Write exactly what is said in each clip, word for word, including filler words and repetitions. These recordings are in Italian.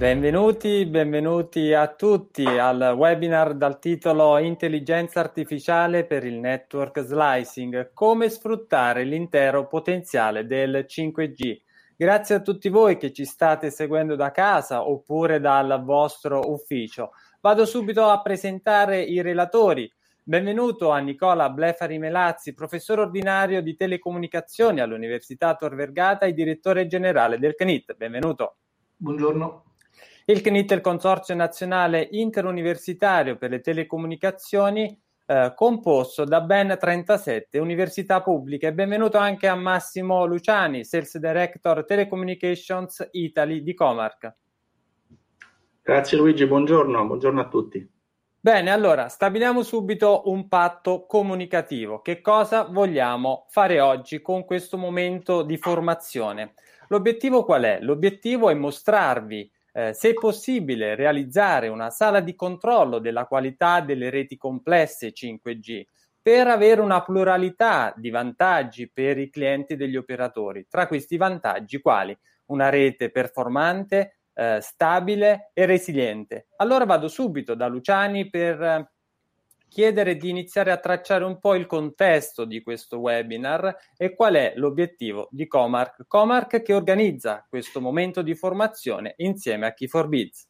Benvenuti, benvenuti a tutti al webinar dal titolo Intelligenza artificiale per il network slicing, come sfruttare l'intero potenziale del cinque G. Grazie a tutti voi che ci state seguendo da casa oppure dal vostro ufficio. Vado subito a presentare i relatori. Benvenuto a Nicola Blefari Melazzi, professore ordinario di telecomunicazioni all'Università Tor Vergata e direttore generale del C N I T. Benvenuto. Buongiorno. Il C N I T è il Consorzio Nazionale Interuniversitario per le Telecomunicazioni, eh, composto da ben trentasette università pubbliche. Benvenuto anche a Massimo Luciani, Sales Director Telecommunications Italy di Comarch. Grazie Luigi, buongiorno, buongiorno a tutti. Bene, allora stabiliamo subito un patto comunicativo. Che cosa vogliamo fare oggi con questo momento di formazione? L'obiettivo qual è? L'obiettivo è mostrarvi Eh, se è possibile realizzare una sala di controllo della qualità delle reti complesse cinque G per avere una pluralità di vantaggi per i clienti degli operatori. Tra questi vantaggi quali? Una rete performante, eh, stabile e resiliente. Allora vado subito da Luciani per eh, chiedere di iniziare a tracciare un po' il contesto di questo webinar e qual è l'obiettivo di Comarch. Comarch che organizza questo momento di formazione insieme a Key for Biz.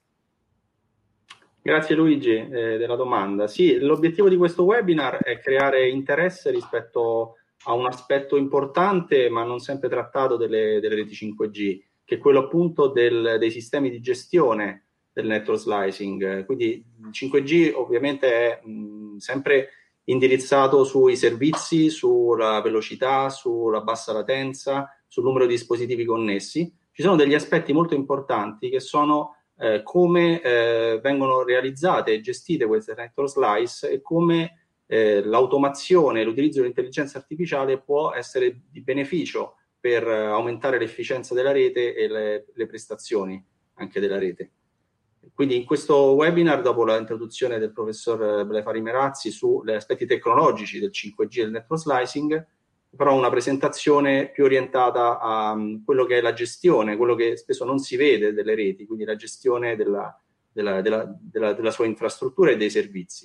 Grazie Luigi eh, della domanda. Sì, l'obiettivo di questo webinar è creare interesse rispetto a un aspetto importante ma non sempre trattato delle, delle reti cinque G, che è quello appunto del, dei sistemi di gestione del network slicing. Quindi il cinque G ovviamente è mh, sempre indirizzato sui servizi, sulla velocità, sulla bassa latenza, sul numero di dispositivi connessi. Ci sono degli aspetti molto importanti che sono eh, come eh, vengono realizzate e gestite queste network slice e come eh, l'automazione e l'utilizzo dell'intelligenza artificiale può essere di beneficio per eh, aumentare l'efficienza della rete e le, le prestazioni anche della rete. Quindi in questo webinar, dopo l'introduzione del professor Blefari Melazzi sugli aspetti tecnologici del cinque G e del network slicing, farò una presentazione più orientata a um, quello che è la gestione, quello che spesso non si vede delle reti, quindi la gestione della, della, della, della, della sua infrastruttura e dei servizi.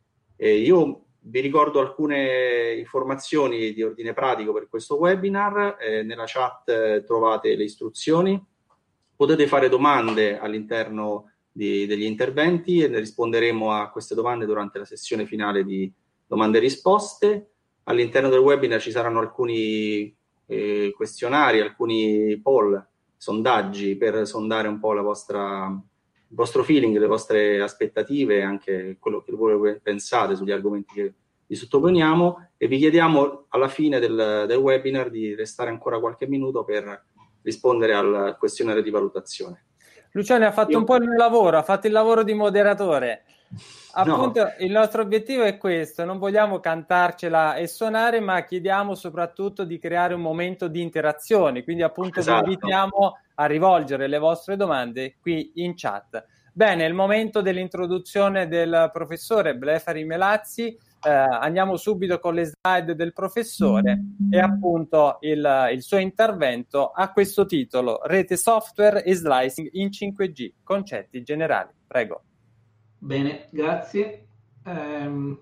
E io vi ricordo alcune informazioni di ordine pratico per questo webinar, eh, nella chat eh, trovate le istruzioni, potete fare domande all'interno Di, degli interventi e ne risponderemo a queste domande durante la sessione finale di domande e risposte. All'interno del webinar ci saranno alcuni eh, questionari, alcuni poll, sondaggi per sondare un po' la vostra, il vostro feeling, le vostre aspettative, anche quello che voi pensate sugli argomenti che vi sottoponiamo, e vi chiediamo alla fine del, del webinar di restare ancora qualche minuto per rispondere al questionario di valutazione. Luciani ha fatto Io... un po' il mio lavoro, ha fatto il lavoro di moderatore. Appunto, no. Il nostro obiettivo è questo, non vogliamo cantarcela e suonare, ma chiediamo soprattutto di creare un momento di interazione, quindi appunto esatto. Vi invitiamo a rivolgere le vostre domande qui in chat. Bene, è il momento dell'introduzione del professore Blefari Melazzi. Eh, andiamo subito con le slide del professore e appunto il, il suo intervento a questo titolo: Rete software e slicing in cinque G, concetti generali. Prego. Bene, grazie. Um,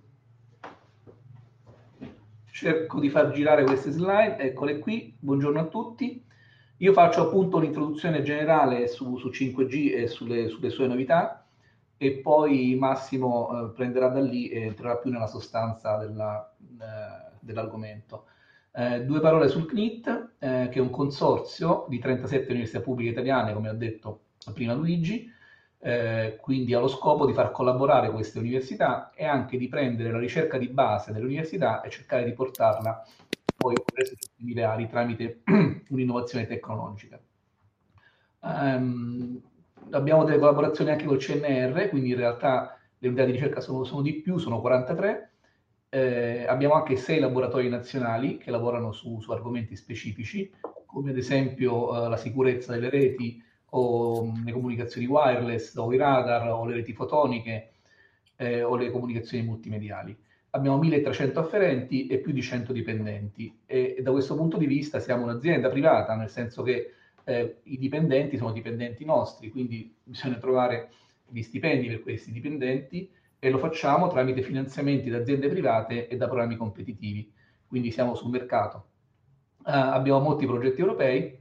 cerco di far girare queste slide, eccole qui. Buongiorno a tutti. Io faccio appunto un'introduzione generale su, su cinque G e sulle, sulle sue novità, e poi Massimo eh, prenderà da lì e entrerà più nella sostanza della, eh, dell'argomento. Eh, due parole sul C N I T, eh, che è un consorzio di trentasette università pubbliche italiane, come ha detto prima Luigi, eh, quindi ha lo scopo di far collaborare queste università e anche di prendere la ricerca di base delle università e cercare di portarla poi presso tutti i miliari tramite un'innovazione tecnologica. Um, abbiamo delle collaborazioni anche col C N R, quindi in realtà le unità di ricerca sono, sono di più, sono quarantatré. Eh, abbiamo anche sei laboratori nazionali che lavorano su, su argomenti specifici, come ad esempio eh, la sicurezza delle reti o mh, le comunicazioni wireless o i radar o le reti fotoniche eh, o le comunicazioni multimediali. Abbiamo milletrecento afferenti e più di cento dipendenti, e, e da questo punto di vista siamo un'azienda privata, nel senso che eh, i dipendenti sono dipendenti nostri, quindi bisogna trovare gli stipendi per questi dipendenti e lo facciamo tramite finanziamenti da aziende private e da programmi competitivi, quindi siamo sul mercato. Uh, abbiamo molti progetti europei,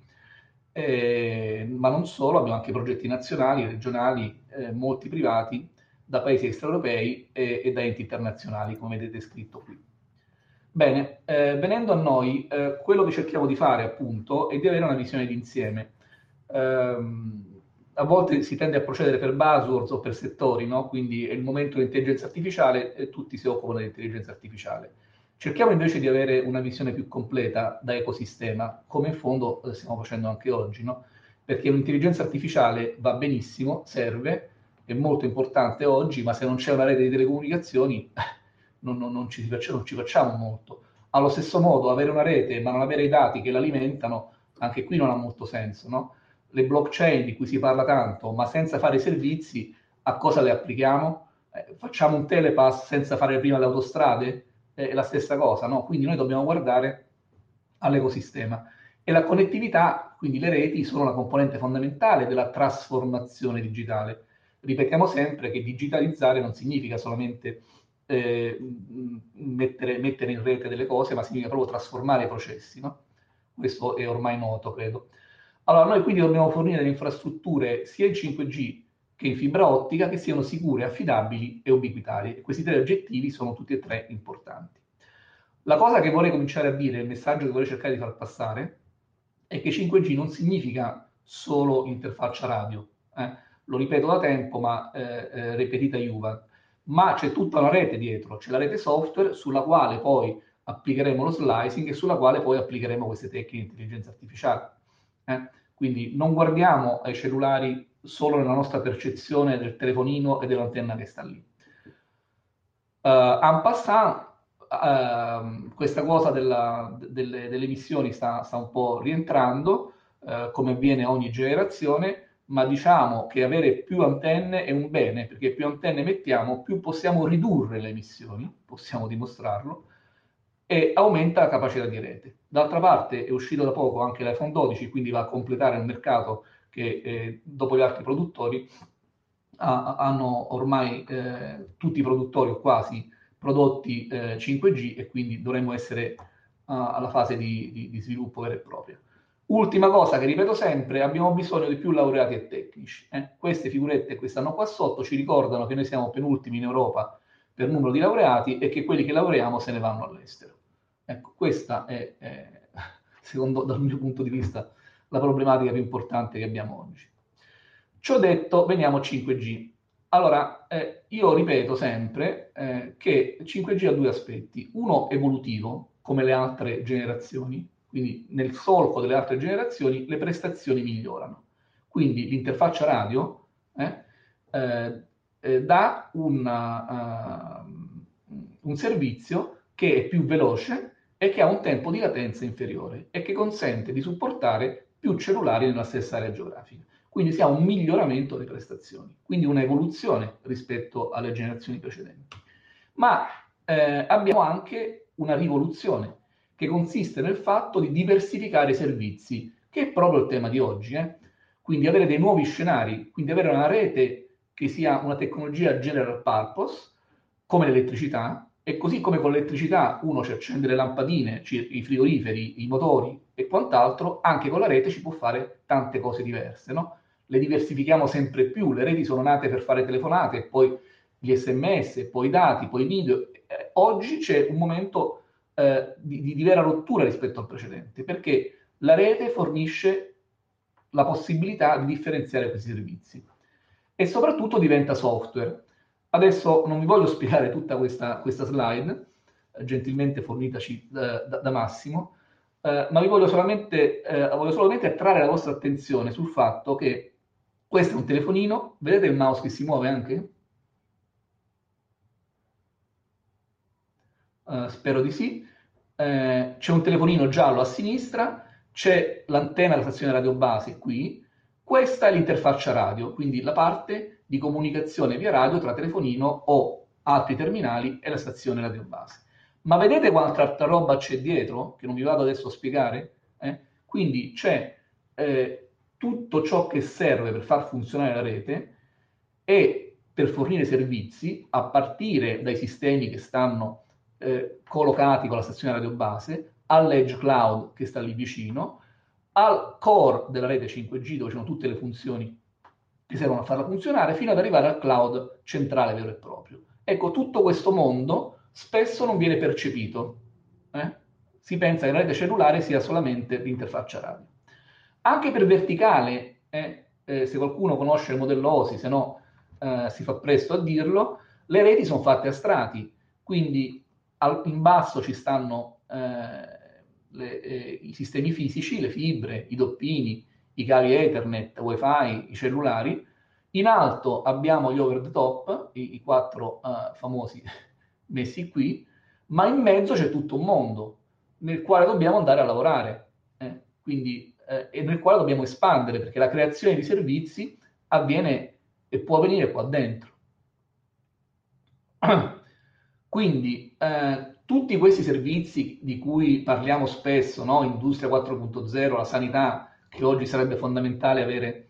eh, ma non solo, abbiamo anche progetti nazionali, regionali, eh, molti privati, da paesi extraeuropei e, e da enti internazionali, come vedete scritto qui. Bene, eh, venendo a noi, eh, quello che cerchiamo di fare appunto è di avere una visione d'insieme. Um, a volte si tende a procedere per buzzwords o per settori, no? Quindi è il momento dell'intelligenza artificiale e tutti si occupano dell'intelligenza artificiale. Cerchiamo invece di avere una visione più completa da ecosistema, come in fondo eh, stiamo facendo anche oggi, no? Perché l'intelligenza artificiale va benissimo, serve, è molto importante oggi, ma se non c'è una rete di telecomunicazioni non, non, non, ci, non ci facciamo molto. Allo stesso modo, avere una rete ma non avere i dati che l'alimentano, anche qui non ha molto senso, no? Le blockchain di cui si parla tanto, ma senza fare i servizi, a cosa le applichiamo? Eh, facciamo un telepass senza fare prima le autostrade? È la stessa cosa, no? Quindi noi dobbiamo guardare all'ecosistema. E la connettività, quindi le reti, sono una componente fondamentale della trasformazione digitale. Ripetiamo sempre che digitalizzare non significa solamente eh, mettere, mettere in rete delle cose, ma significa proprio trasformare i processi, no? Questo è ormai noto, credo. Allora, noi quindi dobbiamo fornire delle infrastrutture sia in cinque G che in fibra ottica che siano sicure, affidabili e ubiquitarie. E questi tre oggettivi sono tutti e tre importanti. La cosa che vorrei cominciare a dire, il messaggio che vorrei cercare di far passare, è che cinque G non significa solo interfaccia radio. Eh? Lo ripeto da tempo, ma eh, eh, ripetita iuva. Ma c'è tutta una rete dietro, c'è la rete software sulla quale poi applicheremo lo slicing e sulla quale poi applicheremo queste tecniche di intelligenza artificiale. Eh? Quindi non guardiamo ai cellulari solo nella nostra percezione del telefonino e dell'antenna che sta lì. Uh, en passant, uh, questa cosa della, delle, delle emissioni sta, sta un po' rientrando, uh, come avviene ogni generazione, ma diciamo che avere più antenne è un bene, perché più antenne mettiamo, più possiamo ridurre le emissioni, possiamo dimostrarlo, e aumenta la capacità di rete. D'altra parte è uscito da poco anche l'iPhone dodici, quindi va a completare il mercato che eh, dopo gli altri produttori ha, hanno ormai eh, tutti i produttori quasi prodotti eh, cinque G e quindi dovremmo essere uh, alla fase di, di, di sviluppo vero e proprio. Ultima cosa che ripeto sempre, abbiamo bisogno di più laureati e tecnici. Eh? Queste figurette che stanno qua sotto ci ricordano che noi siamo penultimi in Europa per numero di laureati e che quelli che laureiamo se ne vanno all'estero. Ecco, questa è, è, secondo dal mio punto di vista, la problematica più importante che abbiamo oggi. Ciò detto, veniamo a cinque G. Allora, eh, io ripeto sempre eh, che cinque G ha due aspetti. Uno evolutivo, come le altre generazioni, quindi nel solco delle altre generazioni le prestazioni migliorano. Quindi l'interfaccia radio eh, eh, eh, dà una, uh, un servizio che è più veloce e che ha un tempo di latenza inferiore e che consente di supportare più cellulari nella stessa area geografica. Quindi si ha un miglioramento delle prestazioni, quindi un'evoluzione rispetto alle generazioni precedenti. Ma eh, abbiamo anche una rivoluzione, che consiste nel fatto di diversificare i servizi, che è proprio il tema di oggi. Eh? Quindi avere dei nuovi scenari, quindi avere una rete che sia una tecnologia general purpose, come l'elettricità, e così come con l'elettricità uno ci accende le lampadine, i frigoriferi, i motori e quant'altro, anche con la rete ci può fare tante cose diverse, no? Le diversifichiamo sempre più, le reti sono nate per fare telefonate, poi gli sms, poi i dati, poi i video. Eh, oggi c'è un momento eh, di, di, di vera rottura rispetto al precedente, perché la rete fornisce la possibilità di differenziare questi servizi e soprattutto diventa software. Adesso non vi voglio spiegare tutta questa, questa slide, eh, gentilmente fornitaci eh, da, da Massimo, eh, ma vi voglio solamente, eh, voglio solamente attrarre la vostra attenzione sul fatto che questo è un telefonino, vedete il mouse che si muove anche? Uh, spero di sì. Eh, c'è un telefonino giallo a sinistra, c'è l'antenna della stazione radio base qui, questa è l'interfaccia radio, quindi la parte di comunicazione via radio tra telefonino o altri terminali e la stazione radio base. Ma vedete quanta altra roba c'è dietro, che non vi vado adesso a spiegare? Eh? Quindi c'è eh, tutto ciò che serve per far funzionare la rete e per fornire servizi a partire dai sistemi che stanno eh, collocati con la stazione radio base, all'edge cloud che sta lì vicino, al core della rete cinque G dove ci sono tutte le funzioni che servono a farla funzionare, fino ad arrivare al cloud centrale vero e proprio. Ecco, tutto questo mondo spesso non viene percepito. Eh? Si pensa che la rete cellulare sia solamente l'interfaccia radio. Anche per verticale, eh, eh, se qualcuno conosce il modello O S I, se no eh, si fa presto a dirlo, le reti sono fatte a strati, quindi al, in basso ci stanno eh, le, eh, i sistemi fisici, le fibre, i doppini, i cavi Ethernet, Wi-Fi, i cellulari. In alto abbiamo gli over the top, i, i quattro uh, famosi messi qui, ma in mezzo c'è tutto un mondo nel quale dobbiamo andare a lavorare, eh? Quindi, eh, e nel quale dobbiamo espandere, perché la creazione di servizi avviene e può avvenire qua dentro. Quindi eh, tutti questi servizi di cui parliamo spesso, no? Industria quattro punto zero, la sanità, che oggi sarebbe fondamentale avere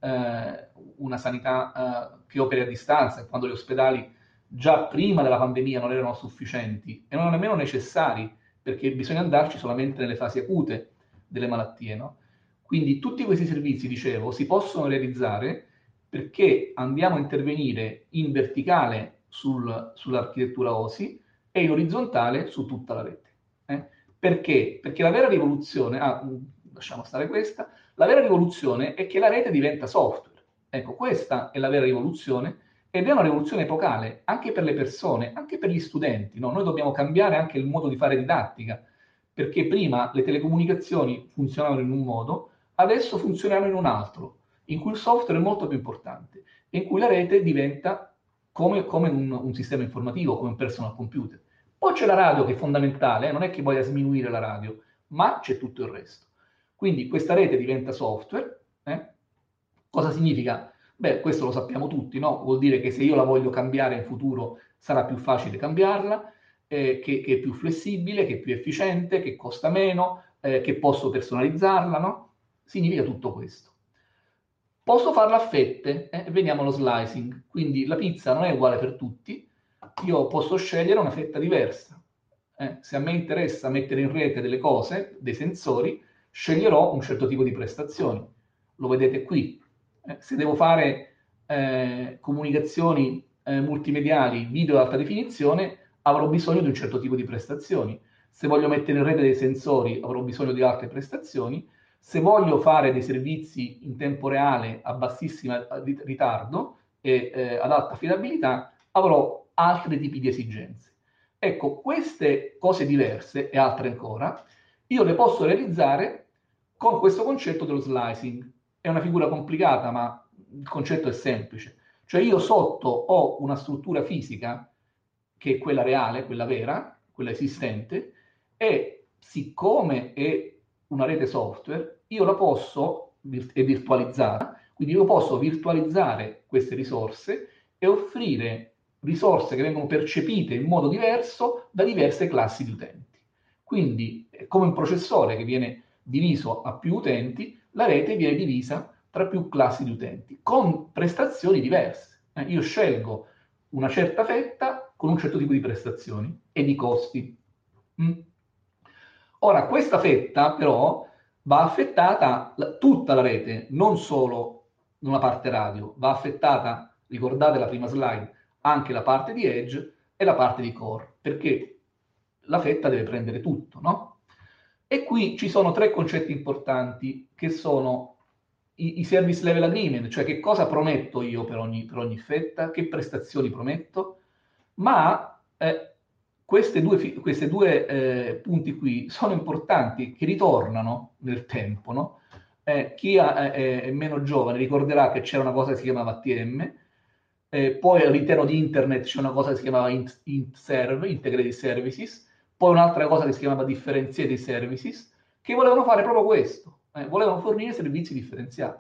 eh, una sanità eh, che operi a distanza, quando gli ospedali già prima della pandemia non erano sufficienti e non erano nemmeno necessari, perché bisogna andarci solamente nelle fasi acute delle malattie, no? Quindi tutti questi servizi, dicevo, si possono realizzare perché andiamo a intervenire in verticale sul, sull'architettura O S I e in orizzontale su tutta la rete. Eh? Perché? Perché la vera rivoluzione, ah, lasciamo stare questa, la vera rivoluzione è che la rete diventa software. Ecco, questa è la vera rivoluzione ed è una rivoluzione epocale anche per le persone, anche per gli studenti. No? Noi dobbiamo cambiare anche il modo di fare didattica, perché prima le telecomunicazioni funzionavano in un modo, adesso funzionano in un altro, in cui il software è molto più importante e in cui la rete diventa come, come un, un sistema informativo, come un personal computer. Poi c'è la radio che è fondamentale, eh? Non è che voglia sminuire la radio, ma c'è tutto il resto. Quindi questa rete diventa software. Eh? Cosa significa? Beh, questo lo sappiamo tutti, no? Vuol dire che se io la voglio cambiare in futuro sarà più facile cambiarla, eh, che, che è più flessibile, che è più efficiente, che costa meno, eh, che posso personalizzarla, no? Significa tutto questo. Posso farla a fette, eh? Veniamo allo slicing, quindi la pizza non è uguale per tutti, io posso scegliere una fetta diversa. Eh? Se a me interessa mettere in rete delle cose, dei sensori, sceglierò un certo tipo di prestazioni. Lo vedete qui. Eh, se devo fare eh, comunicazioni eh, multimediali, video ad alta definizione, avrò bisogno di un certo tipo di prestazioni. Se voglio mettere in rete dei sensori, avrò bisogno di altre prestazioni. Se voglio fare dei servizi in tempo reale a bassissimo ritardo e eh, ad alta affidabilità, avrò altri tipi di esigenze. Ecco, queste cose diverse e altre ancora, io le posso realizzare con questo concetto dello slicing. È una figura complicata, ma il concetto è semplice. Cioè io sotto ho una struttura fisica, che è quella reale, quella vera, quella esistente, e siccome è una rete software, io la posso, è virtualizzata, quindi io posso virtualizzare queste risorse e offrire risorse che vengono percepite in modo diverso da diverse classi di utenti. Quindi, come un processore che viene diviso a più utenti, la rete viene divisa tra più classi di utenti, con prestazioni diverse. Eh, io scelgo una certa fetta con un certo tipo di prestazioni e di costi. Mm. Ora, questa fetta però va affettata la, tutta la rete, non solo una parte radio, va affettata, ricordate la prima slide, anche la parte di edge e la parte di core, perché la fetta deve prendere tutto, no? E qui ci sono tre concetti importanti che sono i, i service level agreement, cioè che cosa prometto io per ogni, per ogni fetta, che prestazioni prometto, ma eh, questi due, queste due eh, punti qui sono importanti, che ritornano nel tempo, no? Eh, chi ha, eh, è meno giovane ricorderà che c'era una cosa che si chiamava T M, eh, poi all'interno di internet c'è una cosa che si chiamava int, int serve, integrated services, poi un'altra cosa che si chiamava differentiated services, che volevano fare proprio questo, eh, volevano fornire servizi differenziati.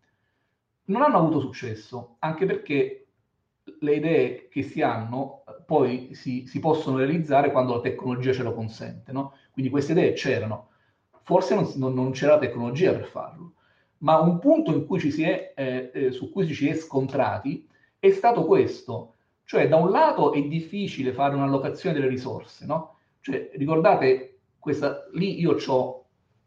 Non hanno avuto successo, anche perché le idee che si hanno poi si, si possono realizzare quando la tecnologia ce lo consente, no? Quindi queste idee c'erano, forse non, non, non c'era la tecnologia per farlo, ma un punto in cui ci si è, eh, eh, su cui ci si è scontrati è stato questo, cioè da un lato è difficile fare un'allocazione delle risorse, no? Cioè, ricordate, questa, lì io ho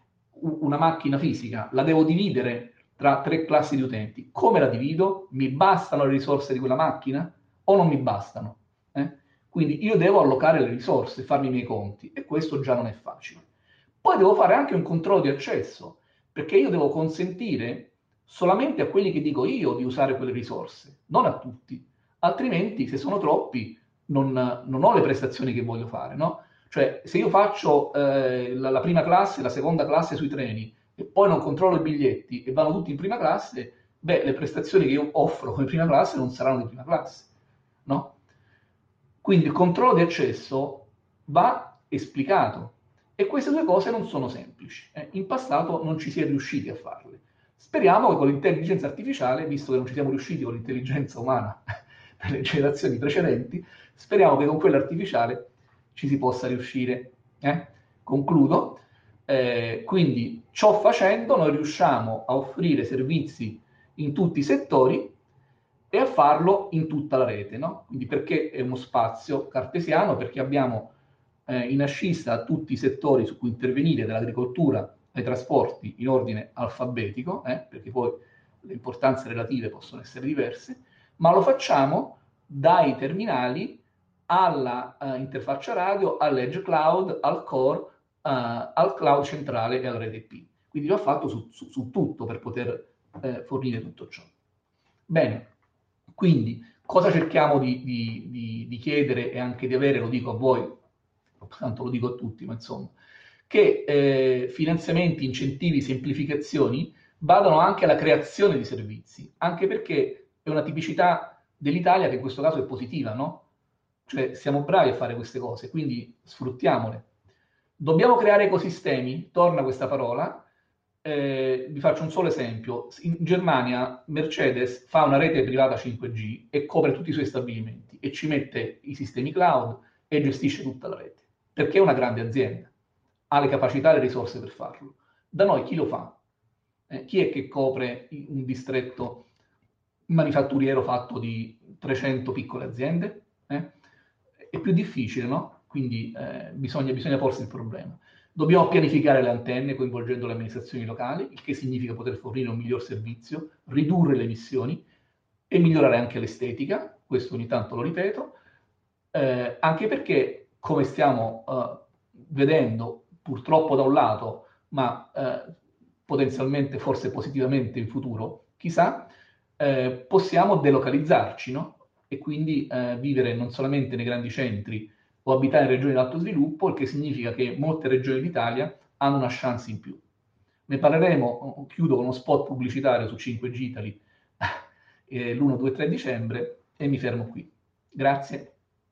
una macchina fisica, la devo dividere tra tre classi di utenti. Come la divido? Mi bastano le risorse di quella macchina o non mi bastano? Eh? Quindi io devo allocare le risorse, farmi i miei conti, e questo già non è facile. Poi devo fare anche un controllo di accesso, perché io devo consentire solamente a quelli che dico io di usare quelle risorse, non a tutti. Altrimenti, se sono troppi, non, non ho le prestazioni che voglio fare, no? Cioè, se io faccio eh, la, la prima classe, la seconda classe sui treni, e poi non controllo i biglietti e vanno tutti in prima classe, beh, le prestazioni che io offro come prima classe non saranno di prima classe, no? Quindi il controllo di accesso va esplicato, e queste due cose non sono semplici. Eh. In passato non ci si è riusciti a farle. Speriamo che con l'intelligenza artificiale, visto che non ci siamo riusciti con l'intelligenza umana nelle generazioni precedenti, speriamo che con quella artificiale ci si possa riuscire. Eh? Concludo. Eh, quindi, ciò facendo, noi riusciamo a offrire servizi in tutti i settori e a farlo in tutta la rete, no? Quindi perché è uno spazio cartesiano? Perché abbiamo eh, in ascissa tutti i settori su cui intervenire, dall'agricoltura ai trasporti in ordine alfabetico, eh? Perché poi le importanze relative possono essere diverse, ma lo facciamo dai terminali alla uh, interfaccia radio, all'edge cloud, al core, uh, al cloud centrale e alla rete I P. Quindi va fatto su, su, su tutto per poter eh, fornire tutto ciò. Bene, quindi cosa cerchiamo di, di, di, di chiedere e anche di avere, lo dico a voi, tanto lo dico a tutti, ma insomma, che eh, finanziamenti, incentivi, semplificazioni vadano anche alla creazione di servizi, anche perché è una tipicità dell'Italia che in questo caso è positiva, no? Cioè siamo bravi a fare queste cose, quindi sfruttiamole. Dobbiamo creare ecosistemi, torna questa parola. Eh, vi faccio un solo esempio. In Germania Mercedes fa una rete privata cinque G e copre tutti i suoi stabilimenti e ci mette i sistemi cloud e gestisce tutta la rete, perché è una grande azienda, ha le capacità e le risorse per farlo. Da noi chi lo fa? Eh, chi è che copre un distretto manifatturiero fatto di trecento piccole aziende? Eh? È più difficile, no? Quindi eh, bisogna, bisogna porsi il problema. Dobbiamo pianificare le antenne coinvolgendo le amministrazioni locali, il che significa poter fornire un miglior servizio, ridurre le emissioni e migliorare anche l'estetica, questo ogni tanto lo ripeto, eh, anche perché, come stiamo eh, vedendo, purtroppo da un lato, ma eh, potenzialmente forse positivamente in futuro, chissà, eh, possiamo delocalizzarci, no? E quindi eh, vivere non solamente nei grandi centri o abitare in regioni di alto sviluppo, il che significa che molte regioni d'Italia hanno una chance in più. Ne parleremo, chiudo con uno spot pubblicitario su cinque G Italy eh, l'uno, due, tre dicembre e mi fermo qui. Grazie.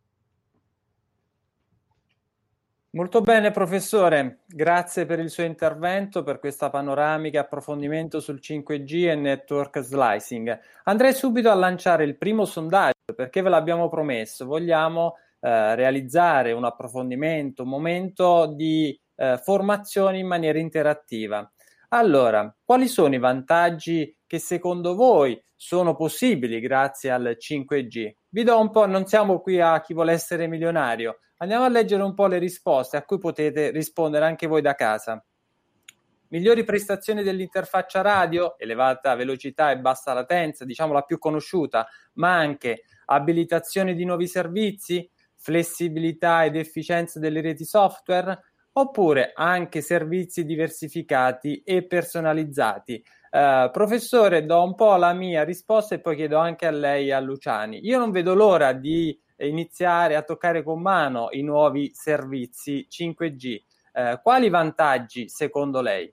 Molto bene, professore, grazie per il suo intervento, per questa panoramica e approfondimento sul cinque G e network slicing. Andrei subito a lanciare il primo sondaggio, perché ve l'abbiamo promesso, vogliamo eh, realizzare un approfondimento, un momento di eh, formazione in maniera interattiva. Allora, quali sono i vantaggi che secondo voi sono possibili grazie al cinque G? Vi do un po', non siamo qui a chi vuole essere milionario, andiamo a leggere un po' le risposte a cui potete rispondere anche voi da casa. Migliori prestazioni dell'interfaccia radio, elevata velocità e bassa latenza, diciamo la più conosciuta, ma anche abilitazione di nuovi servizi, flessibilità ed efficienza delle reti software, oppure anche servizi diversificati e personalizzati. Uh, professore, do un po' la mia risposta e poi chiedo anche a lei e a Luciani. Io non vedo l'ora di iniziare a toccare con mano i nuovi servizi cinque G. Uh, quali vantaggi secondo lei?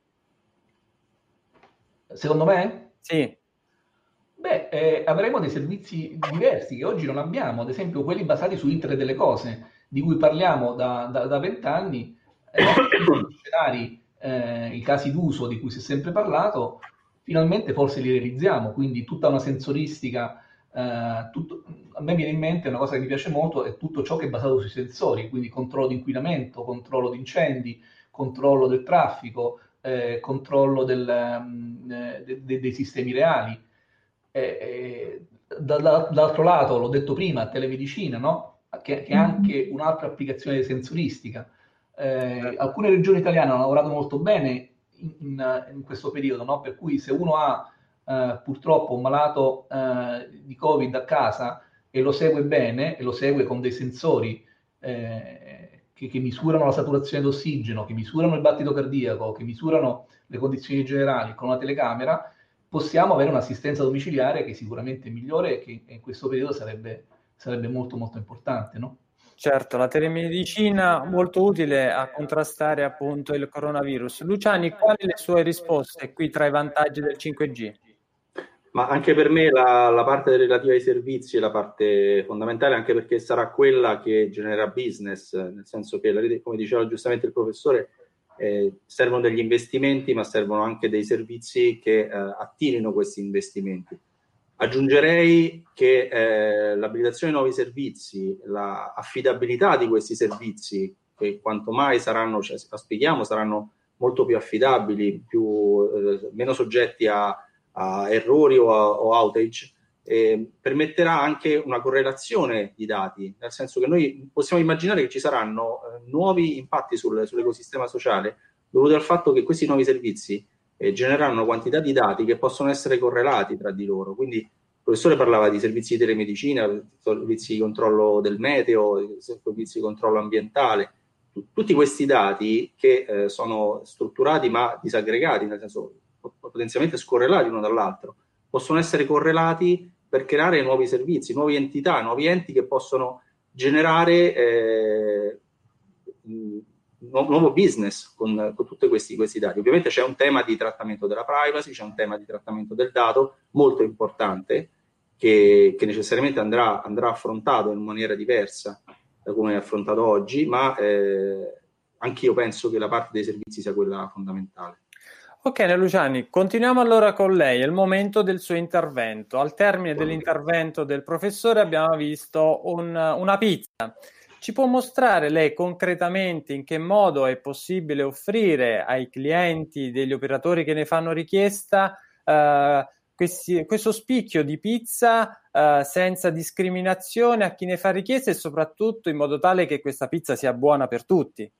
Secondo me? Sì. Beh, eh, avremo dei servizi diversi che oggi non abbiamo, ad esempio quelli basati su Internet delle cose, di cui parliamo da vent'anni, eh, i scenari, eh, i casi d'uso di cui si è sempre parlato, finalmente forse li realizziamo, quindi tutta una sensoristica, eh, tutto, a me viene in mente una cosa che mi piace molto, è tutto ciò che è basato sui sensori, quindi controllo di inquinamento, controllo di incendi, controllo del traffico, eh, controllo del, eh, de, de, dei sistemi reali. Eh, eh, da, da, dall'altro lato, l'ho detto prima, telemedicina, no? che, che è anche un'altra applicazione sensoristica. Eh, alcune regioni italiane hanno lavorato molto bene in, in, in questo periodo, no? Per cui se uno ha eh, purtroppo un malato eh, di Covid a casa e lo segue bene, e lo segue con dei sensori eh, che, che misurano la saturazione d'ossigeno, che misurano il battito cardiaco, che misurano le condizioni generali con una telecamera, possiamo avere un'assistenza domiciliare che sicuramente è migliore e che in questo periodo sarebbe, sarebbe molto molto importante, no? Certo, la telemedicina molto utile a contrastare appunto il coronavirus. Luciani, quali le sue risposte qui tra i vantaggi del cinque G? Ma anche per me la, la parte relativa ai servizi è la parte fondamentale, anche perché sarà quella che genera business, nel senso che, la rete, come diceva giustamente il professore, eh, servono degli investimenti, ma servono anche dei servizi che eh, attirino questi investimenti. Aggiungerei che eh, l'abilitazione di nuovi servizi, l'affidabilità di questi servizi, che quanto mai saranno, cioè, auspichiamo, saranno molto più affidabili, più, eh, meno soggetti a, a errori o, a, o outage, eh, permetterà anche una correlazione di dati, nel senso che noi possiamo immaginare che ci saranno eh, nuovi impatti sul, sull'ecosistema sociale dovuti al fatto che questi nuovi servizi eh, genereranno una quantità di dati che possono essere correlati tra di loro. Quindi il professore parlava di servizi di telemedicina, servizi di controllo del meteo, servizi di controllo ambientale, tutti questi dati che eh, sono strutturati ma disaggregati, nel senso potenzialmente scorrelati uno dall'altro, possono essere correlati per creare nuovi servizi, nuove entità, nuovi enti che possono generare eh, nuovo business con, con tutti questi, questi dati. Ovviamente c'è un tema di trattamento della privacy, c'è un tema di trattamento del dato molto importante che, che necessariamente andrà, andrà affrontato in maniera diversa da come è affrontato oggi, ma eh, anch'io penso che la parte dei servizi sia quella fondamentale. Ok, Luciani, continuiamo allora con lei, è il momento del suo intervento. Al termine dell'intervento del professore abbiamo visto un, una pizza. Ci può mostrare lei concretamente in che modo è possibile offrire ai clienti degli operatori che ne fanno richiesta eh, questi, questo spicchio di pizza eh, senza discriminazione a chi ne fa richiesta e soprattutto in modo tale che questa pizza sia buona per tutti?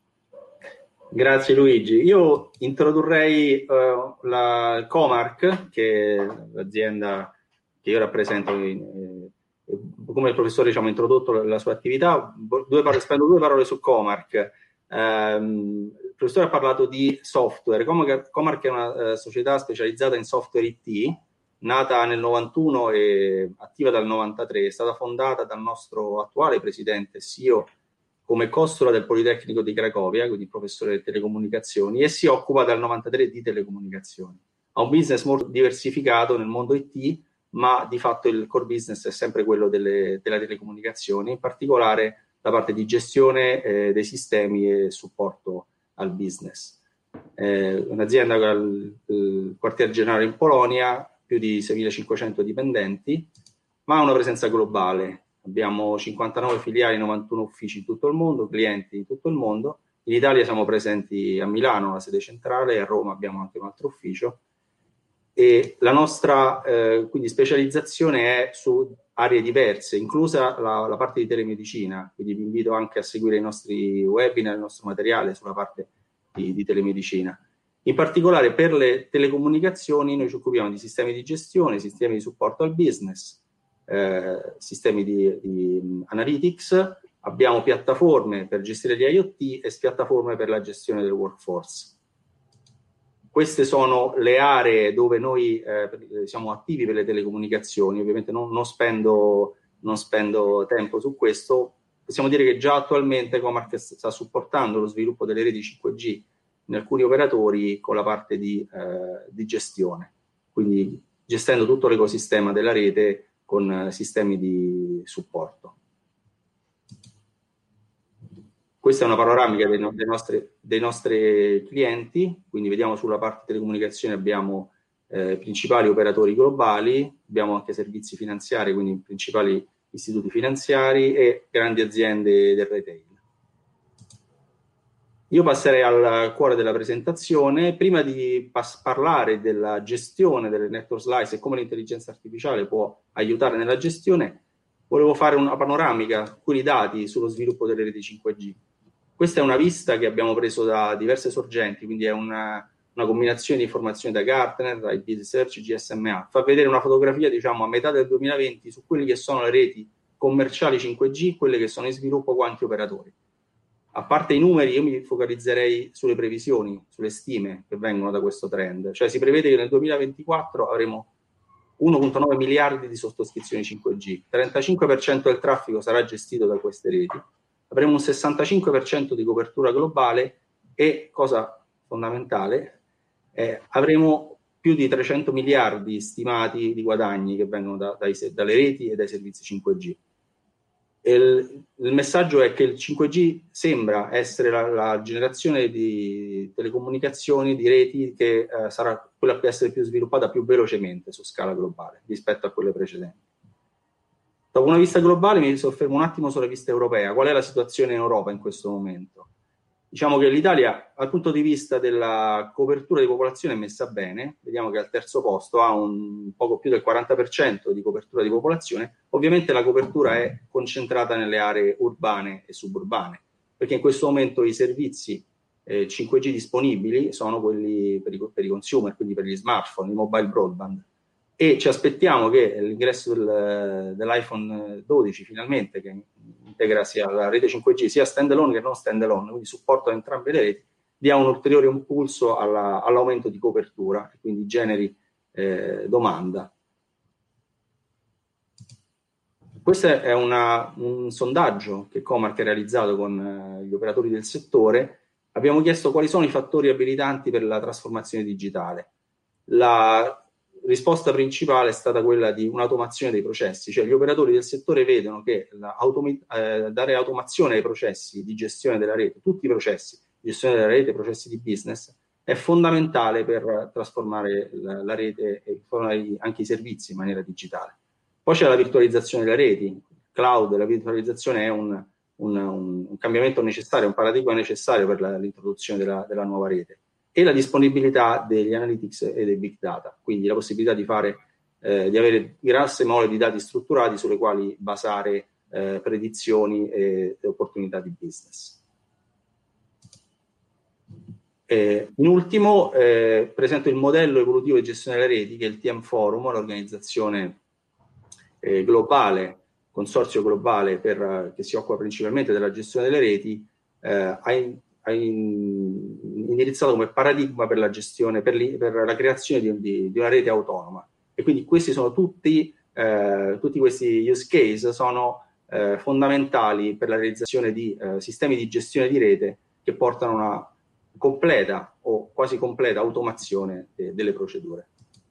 Grazie Luigi. Io introdurrei uh, la Comark, che è l'azienda che io rappresento, in, eh, come il professore diciamo, ha introdotto la, la sua attività. Due parole, spendo due parole su Comark. Um, il professore ha parlato di software. Comark, Comark è una uh, società specializzata in software I T, nata nel novantuno e attiva dal novantatré. È stata fondata dal nostro attuale presidente C E O come costola del Politecnico di Cracovia, quindi professore di telecomunicazioni, e si occupa dal novantatré di telecomunicazioni. Ha un business molto diversificato nel mondo I T, ma di fatto il core business è sempre quello delle, delle telecomunicazioni, in particolare la parte di gestione eh, dei sistemi e supporto al business. Eh, un'azienda con il quartier generale in Polonia, più di seimilacinquecento dipendenti, ma ha una presenza globale. Abbiamo cinquantanove filiali, novantuno uffici in tutto il mondo, clienti in tutto il mondo. In Italia siamo presenti a Milano, la sede centrale, e a Roma abbiamo anche un altro ufficio. E la nostra eh, quindi specializzazione è su aree diverse, inclusa la, la parte di telemedicina. Quindi vi invito anche a seguire i nostri webinar, il nostro materiale sulla parte di, di telemedicina. In particolare per le telecomunicazioni noi ci occupiamo di sistemi di gestione, sistemi di supporto al business, Eh, sistemi di, di analytics, abbiamo piattaforme per gestire gli IoT e piattaforme per la gestione del workforce. Queste sono le aree dove noi eh, siamo attivi per le telecomunicazioni. Ovviamente non, non, spendo, non spendo tempo su questo. Possiamo dire che già attualmente Comark sta supportando lo sviluppo delle reti cinque G in alcuni operatori con la parte di, eh, di gestione, quindi gestendo tutto l'ecosistema della rete con sistemi di supporto. Questa è una panoramica dei, no- dei, nostri, dei nostri clienti, quindi vediamo sulla parte telecomunicazioni abbiamo eh, principali operatori globali, abbiamo anche servizi finanziari, quindi principali istituti finanziari e grandi aziende del retail. Io passerei al cuore della presentazione. Prima di pas- parlare della gestione delle network slice e come l'intelligenza artificiale può aiutare nella gestione, volevo fare una panoramica, alcuni dati sullo sviluppo delle reti cinque G. Questa è una vista che abbiamo preso da diverse sorgenti, quindi è una, una combinazione di informazioni da Gartner, I B Research, G S M A. Fa vedere una fotografia, diciamo, a metà del duemilaventi su quelle che sono le reti commerciali cinque G, quelle che sono in sviluppo quanti operatori. A parte i numeri, io mi focalizzerei sulle previsioni, sulle stime che vengono da questo trend. Cioè si prevede che nel duemilaventiquattro avremo uno virgola nove miliardi di sottoscrizioni cinque G, trentacinque per cento del traffico sarà gestito da queste reti, avremo un sessantacinque per cento di copertura globale e, cosa fondamentale, eh, avremo più di trecento miliardi stimati di guadagni che vengono da, dai, dalle reti e dai servizi cinque G. Il, il messaggio è che il cinque G sembra essere la, la generazione di telecomunicazioni, di reti che eh, sarà quella che essere più sviluppata più velocemente su scala globale rispetto a quelle precedenti. Dopo una vista globale mi soffermo un attimo sulla vista europea. Qual è la situazione in Europa in questo momento? Diciamo che l'Italia, dal punto di vista della copertura di popolazione, è messa bene. Vediamo che al terzo posto ha un poco più del quaranta per cento di copertura di popolazione. Ovviamente la copertura è concentrata nelle aree urbane e suburbane, perché in questo momento i servizi eh, cinque G disponibili sono quelli per i, per i consumer, quindi per gli smartphone, il mobile broadband. E ci aspettiamo che l'ingresso del, dell'iPhone dodici, finalmente, che integra sia la rete cinque G sia stand-alone che non stand-alone, quindi supporto a entrambe le reti, dia un ulteriore impulso alla, all'aumento di copertura e quindi generi eh, domanda. Questo è una, un sondaggio che Comarch ha realizzato con eh, gli operatori del settore. Abbiamo chiesto quali sono i fattori abilitanti per la trasformazione digitale. La risposta principale è stata quella di un'automazione dei processi, cioè gli operatori del settore vedono che la automi- eh, dare automazione ai processi di gestione della rete, tutti i processi di gestione della rete, processi di business, è fondamentale per trasformare la, la rete e anche i servizi in maniera digitale. Poi c'è la virtualizzazione delle reti, cloud, la virtualizzazione è un, un, un cambiamento necessario, un paradigma necessario per la, l'introduzione della, della nuova rete. E la disponibilità degli analytics e dei big data, quindi la possibilità di fare, eh, di avere grosse mole di dati strutturati sulle quali basare eh, predizioni e, e opportunità di business. Eh, in ultimo, eh, presento il modello evolutivo di gestione delle reti, che è il T M Forum, l'organizzazione eh, globale, consorzio globale per, che si occupa principalmente della gestione delle reti, eh, ha in, ha indirizzato come paradigma per la gestione, per, li, per la creazione di, di, di una rete autonoma. E quindi questi sono tutti, eh, tutti questi use case sono eh, fondamentali per la realizzazione di eh, sistemi di gestione di rete che portano a una completa o quasi completa automazione de, delle procedure.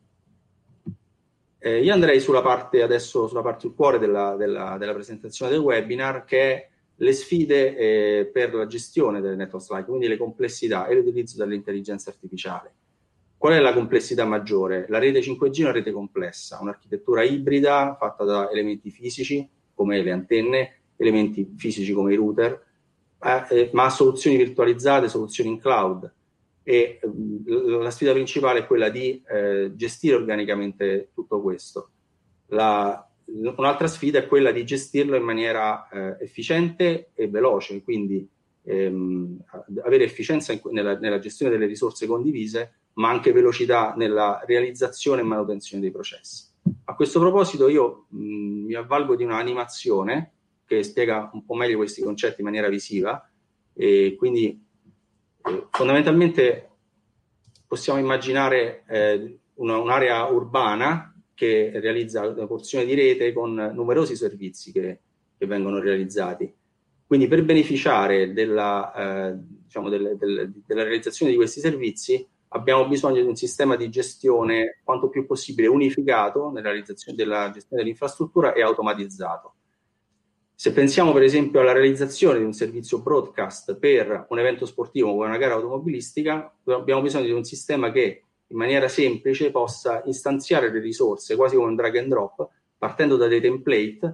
Eh, io andrei sulla parte adesso, sulla parte il cuore della, della, della presentazione del webinar, che è le sfide eh, per la gestione delle network slice, quindi le complessità e l'utilizzo dell'intelligenza artificiale. Qual è la complessità maggiore? La rete cinque G è una rete complessa, un'architettura ibrida fatta da elementi fisici come le antenne, elementi fisici come i router, eh, ma soluzioni virtualizzate, soluzioni in cloud. E eh, la sfida principale è quella di eh, gestire organicamente tutto questo. La, Un'altra sfida è quella di gestirlo in maniera eh, efficiente e veloce, quindi ehm, avere efficienza in, nella, nella gestione delle risorse condivise, ma anche velocità nella realizzazione e manutenzione dei processi. A questo proposito io mh, mi avvalgo di un'animazione che spiega un po' meglio questi concetti in maniera visiva, e quindi eh, fondamentalmente possiamo immaginare eh, una, un'area urbana che realizza una porzione di rete con numerosi servizi che, che vengono realizzati. Quindi per beneficiare della, eh, diciamo del, del, della realizzazione di questi servizi abbiamo bisogno di un sistema di gestione quanto più possibile unificato nella realizzazione della gestione dell'infrastruttura e automatizzato. Se pensiamo per esempio alla realizzazione di un servizio broadcast per un evento sportivo come una gara automobilistica, abbiamo bisogno di un sistema che in maniera semplice possa istanziare le risorse quasi come un drag and drop, partendo da dei template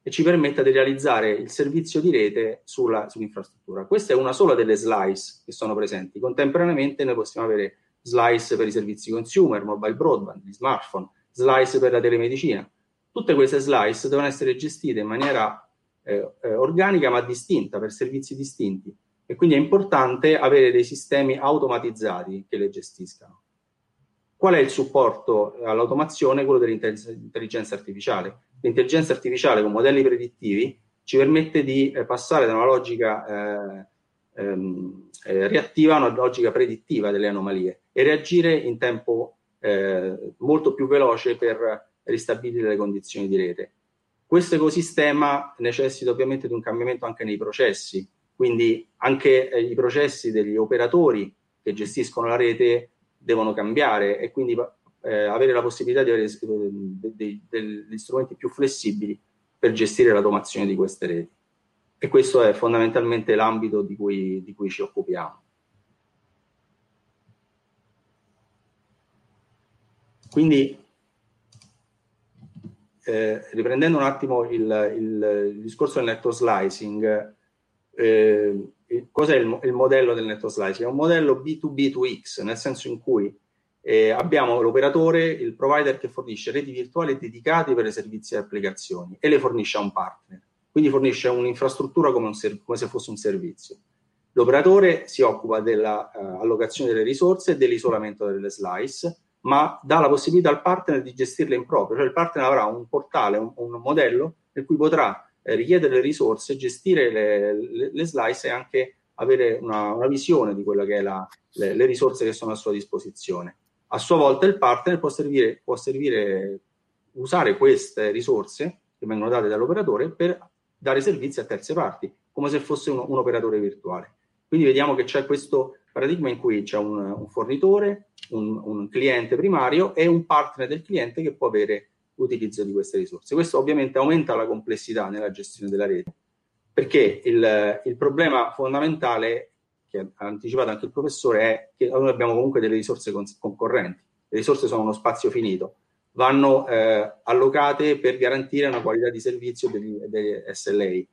e ci permetta di realizzare il servizio di rete sulla, sull'infrastruttura. Questa è una sola delle slice che sono presenti. Contemporaneamente noi possiamo avere slice per i servizi consumer, mobile broadband, gli smartphone, slice per la telemedicina. Tutte queste slice devono essere gestite in maniera eh, eh, organica ma distinta, per servizi distinti. E quindi è importante avere dei sistemi automatizzati che le gestiscano. Qual è il supporto all'automazione? Quello dell'intelligenza artificiale. L'intelligenza artificiale con modelli predittivi ci permette di eh, passare da una logica eh, ehm, eh, reattiva a una logica predittiva delle anomalie e reagire in tempo eh, molto più veloce per ristabilire le condizioni di rete. Questo ecosistema necessita ovviamente di un cambiamento anche nei processi, quindi anche eh, i processi degli operatori che gestiscono la rete devono cambiare e quindi eh, avere la possibilità di avere eh, degli de, de strumenti più flessibili per gestire l'automazione di queste reti. E questo è fondamentalmente l'ambito di cui, di cui ci occupiamo. Quindi, eh, riprendendo un attimo il, il, il discorso del network slicing, eh, cos'è il, il modello del network slicing? È un modello B due B due X, nel senso in cui eh, abbiamo l'operatore, il provider che fornisce reti virtuali dedicate per i servizi e applicazioni e le fornisce a un partner. Quindi fornisce un'infrastruttura come, un come se fosse un servizio. L'operatore si occupa dell'allocazione uh, delle risorse e dell'isolamento delle slice, ma dà la possibilità al partner di gestirle in proprio. Cioè il partner avrà un portale, un, un modello per cui potrà richiedere le risorse, gestire le, le, le slice e anche avere una, una visione di quella che è la, le, le risorse che sono a sua disposizione. A sua volta il partner può servire, può servire usare queste risorse che vengono date dall'operatore per dare servizi a terze parti, come se fosse un, un operatore virtuale. Quindi vediamo che c'è questo paradigma in cui c'è un, un fornitore, un, un cliente primario e un partner del cliente che può avere l'utilizzo di queste risorse. Questo ovviamente aumenta la complessità nella gestione della rete, perché il, il problema fondamentale, che ha anticipato anche il professore, è che noi abbiamo comunque delle risorse concorrenti. Le risorse sono uno spazio finito, vanno eh, allocate per garantire una qualità di servizio degli, degli S L A.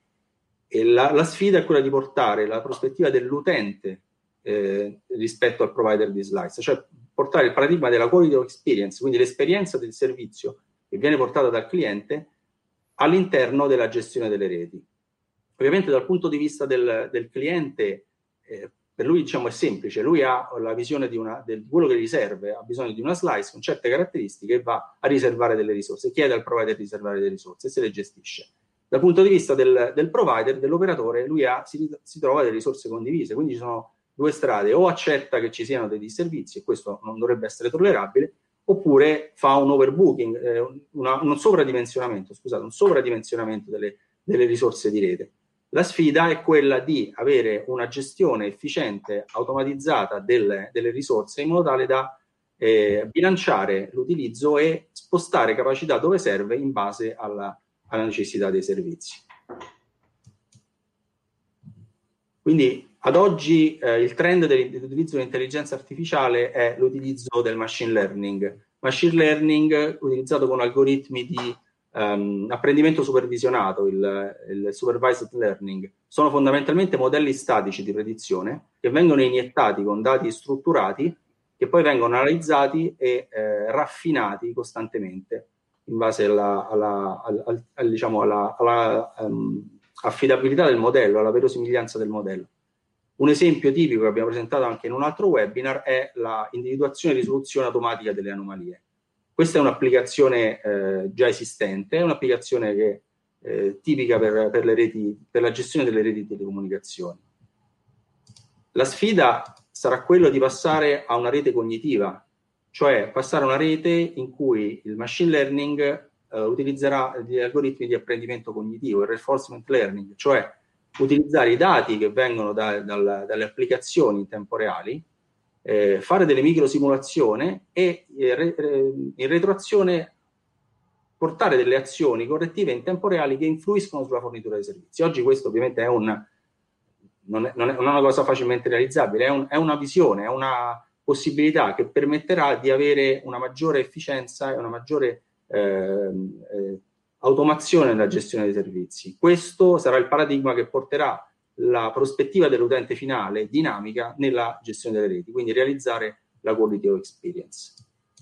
E la, la sfida è quella di portare la prospettiva dell'utente eh, rispetto al provider di slice, cioè portare il paradigma della quality of experience, quindi l'esperienza del servizio che viene portata dal cliente all'interno della gestione delle reti. Ovviamente dal punto di vista del, del cliente, eh, per lui diciamo è semplice, lui ha la visione di, una, di quello che gli serve, ha bisogno di una slice con certe caratteristiche e va a riservare delle risorse, chiede al provider di riservare delle risorse e se le gestisce. Dal punto di vista del, del provider, dell'operatore, lui ha, si, si trova delle risorse condivise, quindi ci sono due strade: o accetta che ci siano dei disservizi, e questo non dovrebbe essere tollerabile, oppure fa un overbooking, eh, una, un sovradimensionamento, scusate, un sovradimensionamento delle, delle risorse di rete. La sfida è quella di avere una gestione efficiente, automatizzata delle, delle risorse, in modo tale da eh, bilanciare l'utilizzo e spostare capacità dove serve in base alla, alla necessità dei servizi. Quindi ad oggi eh, il trend dell'utilizzo dell'intelligenza artificiale è l'utilizzo del machine learning. Machine learning utilizzato con algoritmi di um, apprendimento supervisionato, il, il supervised learning. Sono fondamentalmente modelli statici di predizione che vengono iniettati con dati strutturati che poi vengono analizzati e eh, raffinati costantemente in base alla, alla, al, al, al, diciamo alla, alla um, affidabilità del modello, alla verosimiglianza del modello. Un esempio tipico che abbiamo presentato anche in un altro webinar è la individuazione e risoluzione automatica delle anomalie. Questa è un'applicazione eh, già esistente, è un'applicazione che eh, tipica per, per, le reti, per la gestione delle reti di telecomunicazioni. La sfida sarà quella di passare a una rete cognitiva, cioè passare a una rete in cui il machine learning eh, utilizzerà gli algoritmi di apprendimento cognitivo, il reinforcement learning, cioè utilizzare i dati che vengono da, da, dalle applicazioni in tempo reale, eh, fare delle microsimulazioni e eh, re, eh, in retroazione portare delle azioni correttive in tempo reale che influiscono sulla fornitura dei servizi. Oggi questo ovviamente è un, non, è, non è una cosa facilmente realizzabile, è, un, è una visione, è una possibilità che permetterà di avere una maggiore efficienza e una maggiore eh, eh, automazione nella gestione dei servizi. Questo sarà il paradigma che porterà la prospettiva dell'utente finale dinamica nella gestione delle reti, quindi realizzare la quality of experience.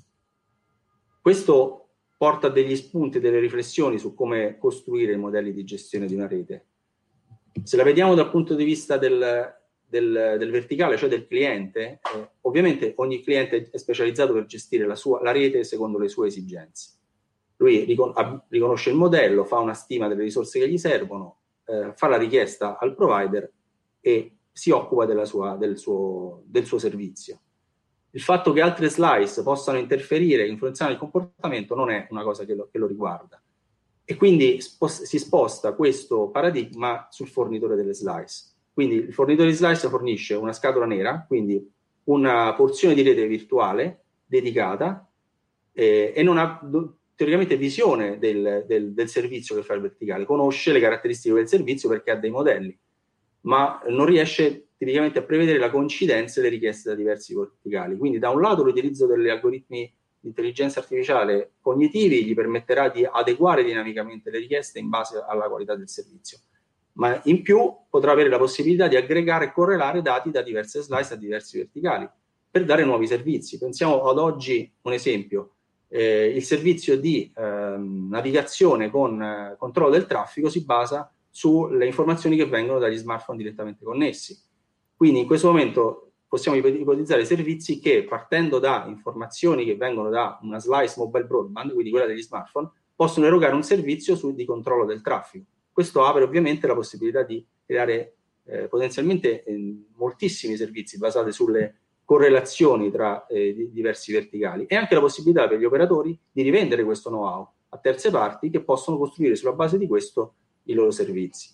Questo porta degli spunti, delle riflessioni su come costruire i modelli di gestione di una rete. Se la vediamo dal punto di vista del, del, del verticale, cioè del cliente, eh, ovviamente ogni cliente è specializzato per gestire la, sua, la rete secondo le sue esigenze. Lui ricon- riconosce il modello, fa una stima delle risorse che gli servono, eh, fa la richiesta al provider e si occupa della sua, del, suo, del suo servizio. Il fatto che altre slice possano interferire e influenzare il comportamento non è una cosa che lo, che lo riguarda. E quindi spos- si sposta questo paradigma sul fornitore delle slice. Quindi il fornitore di slice fornisce una scatola nera, quindi una porzione di rete virtuale dedicata eh, e non ha do- teoricamente visione del, del, del servizio che fa il verticale. Conosce le caratteristiche del servizio perché ha dei modelli, ma non riesce tipicamente a prevedere la coincidenza delle richieste da diversi verticali. Quindi da un lato l'utilizzo degli algoritmi di intelligenza artificiale cognitivi gli permetterà di adeguare dinamicamente le richieste in base alla qualità del servizio, ma in più potrà avere la possibilità di aggregare e correlare dati da diverse slice a diversi verticali per dare nuovi servizi. Pensiamo ad oggi, un esempio, eh, il servizio di eh, navigazione con eh, controllo del traffico si basa sulle informazioni che vengono dagli smartphone direttamente connessi. Quindi in questo momento possiamo ipotizzare servizi che, partendo da informazioni che vengono da una slice mobile broadband, quindi quella degli smartphone, possono erogare un servizio su, di controllo del traffico. Questo apre ovviamente la possibilità di creare eh, potenzialmente eh, moltissimi servizi basati sulle correlazioni tra eh, di, diversi verticali e anche la possibilità per gli operatori di rivendere questo know-how a terze parti che possono costruire sulla base di questo i loro servizi.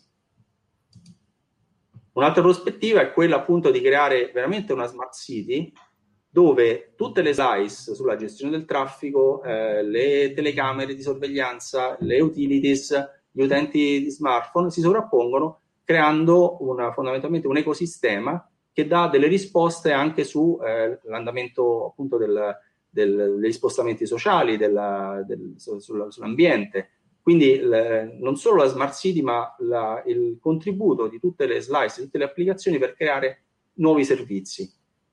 Un'altra prospettiva è quella appunto di creare veramente una smart city dove tutte le slice sulla gestione del traffico, eh, le telecamere di sorveglianza, le utilities, gli utenti di smartphone si sovrappongono creando una, fondamentalmente un ecosistema che dà delle risposte anche sull'andamento eh, appunto del, del, degli spostamenti sociali, della, del, sul, sull'ambiente. Quindi le, non solo la smart city, ma la, il contributo di tutte le slice, di tutte le applicazioni per creare nuovi servizi.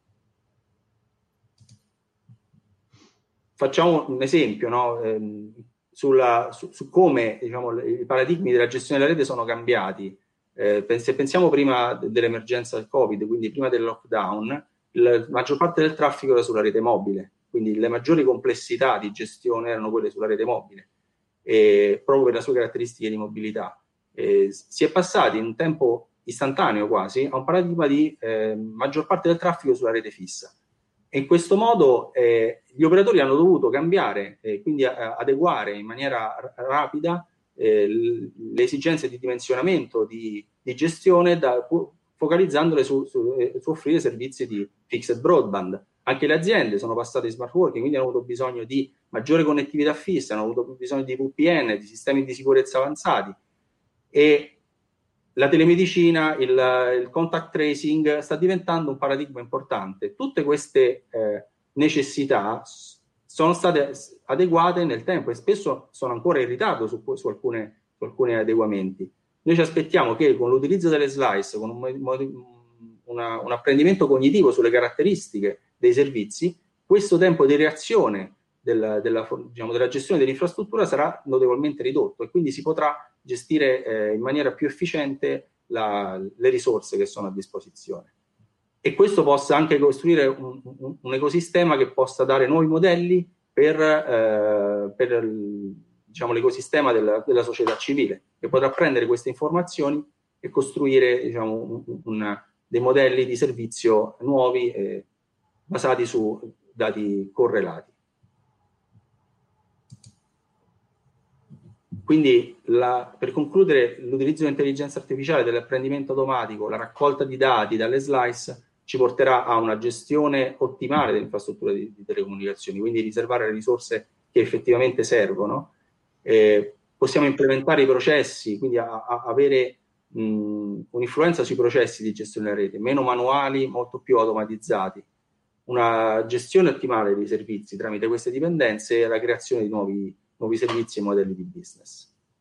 Facciamo un esempio, no? eh, sulla, su, su come diciamo, i paradigmi della gestione della rete sono cambiati. Eh, se pensiamo prima dell'emergenza del Covid, quindi prima del lockdown, la maggior parte del traffico era sulla rete mobile, quindi le maggiori complessità di gestione erano quelle sulla rete mobile. Eh, proprio per le sue caratteristiche di mobilità. Eh, si è passati in un tempo istantaneo quasi a un paradigma di eh, maggior parte del traffico sulla rete fissa. E in questo modo eh, gli operatori hanno dovuto cambiare e eh, quindi a, adeguare in maniera r- rapida eh, l- le esigenze di dimensionamento, di, di gestione, da, focalizzandole su, su, eh, su offrire servizi di fixed broadband. Anche le aziende sono passate in smart working, quindi hanno avuto bisogno di maggiore connettività fissa, hanno avuto bisogno di V P N, di sistemi di sicurezza avanzati e la telemedicina, il, il contact tracing sta diventando un paradigma importante. Tutte queste eh, necessità sono state adeguate nel tempo e spesso sono ancora in ritardo su, su, alcune, su alcuni adeguamenti. Noi ci aspettiamo che con l'utilizzo delle slice, con un, una, un apprendimento cognitivo sulle caratteristiche dei servizi, questo tempo di reazione della, della, diciamo, della gestione dell'infrastruttura sarà notevolmente ridotto e quindi si potrà gestire eh, in maniera più efficiente la, le risorse che sono a disposizione. E questo possa anche costruire un, un, un ecosistema che possa dare nuovi modelli per, eh, per diciamo, l'ecosistema della, della società civile, che potrà prendere queste informazioni e costruire diciamo, un, un, dei modelli di servizio nuovi eh, basati su dati correlati. Quindi, la, per concludere, l'utilizzo dell'intelligenza artificiale, dell'apprendimento automatico, la raccolta di dati dalle slice ci porterà a una gestione ottimale dell'infrastruttura di, di telecomunicazioni, quindi riservare le risorse che effettivamente servono. Eh, possiamo implementare i processi, quindi a, a avere mh, un'influenza sui processi di gestione della rete, meno manuali, molto più automatizzati. Una gestione ottimale dei servizi tramite queste dipendenze e la creazione di nuovi nuovi servizi e modelli di business.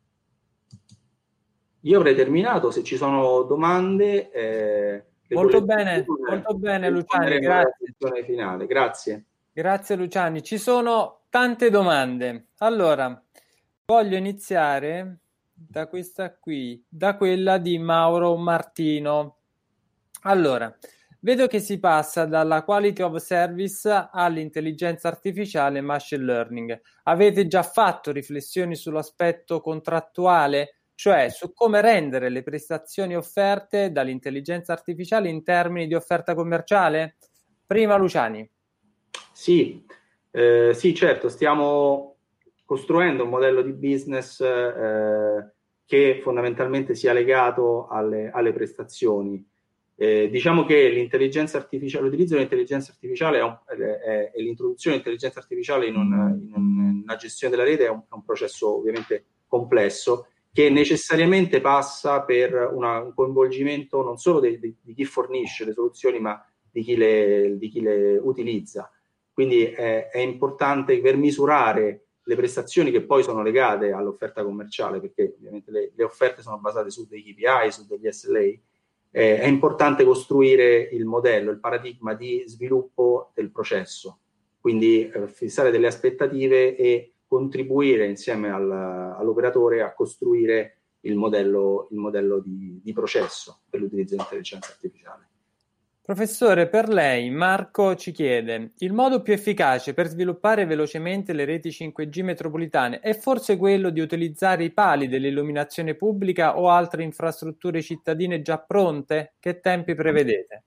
io avrei terminato, se ci sono domande... Eh, molto bene, molto bene Luciani, grazie. Finale. Grazie. Grazie Luciani. Ci sono tante domande. Allora, voglio iniziare da questa qui, da quella di Mauro Martino. Allora, vedo che si passa dalla quality of service all'intelligenza artificiale e machine learning. Avete già fatto riflessioni sull'aspetto contrattuale, cioè su come rendere le prestazioni offerte dall'intelligenza artificiale in termini di offerta commerciale? Prima Luciani. Sì, eh, sì, certo, stiamo costruendo un modello di business eh, che fondamentalmente sia legato alle, alle prestazioni. Eh, diciamo che l'intelligenza artificiale, l'utilizzo dell'intelligenza artificiale è un, è, è l'introduzione dell'intelligenza artificiale in, un, in, un, in una gestione della rete è un, è un processo ovviamente complesso, che necessariamente passa per una, un coinvolgimento non solo di, di, di chi fornisce le soluzioni, ma di chi le, di chi le utilizza. Quindi è, è importante per misurare le prestazioni che poi sono legate all'offerta commerciale, perché ovviamente le, le offerte sono basate su dei K P I, su degli S L A, eh, è importante costruire il modello, il paradigma di sviluppo del processo, quindi eh, fissare delle aspettative e contribuire insieme al, all'operatore a costruire il modello, il modello di, di processo per l'utilizzo dell'intelligenza artificiale. Professore, per lei Marco ci chiede: il modo più efficace per sviluppare velocemente le reti cinque G metropolitane è forse quello di utilizzare i pali dell'illuminazione pubblica o altre infrastrutture cittadine già pronte? Che tempi prevedete?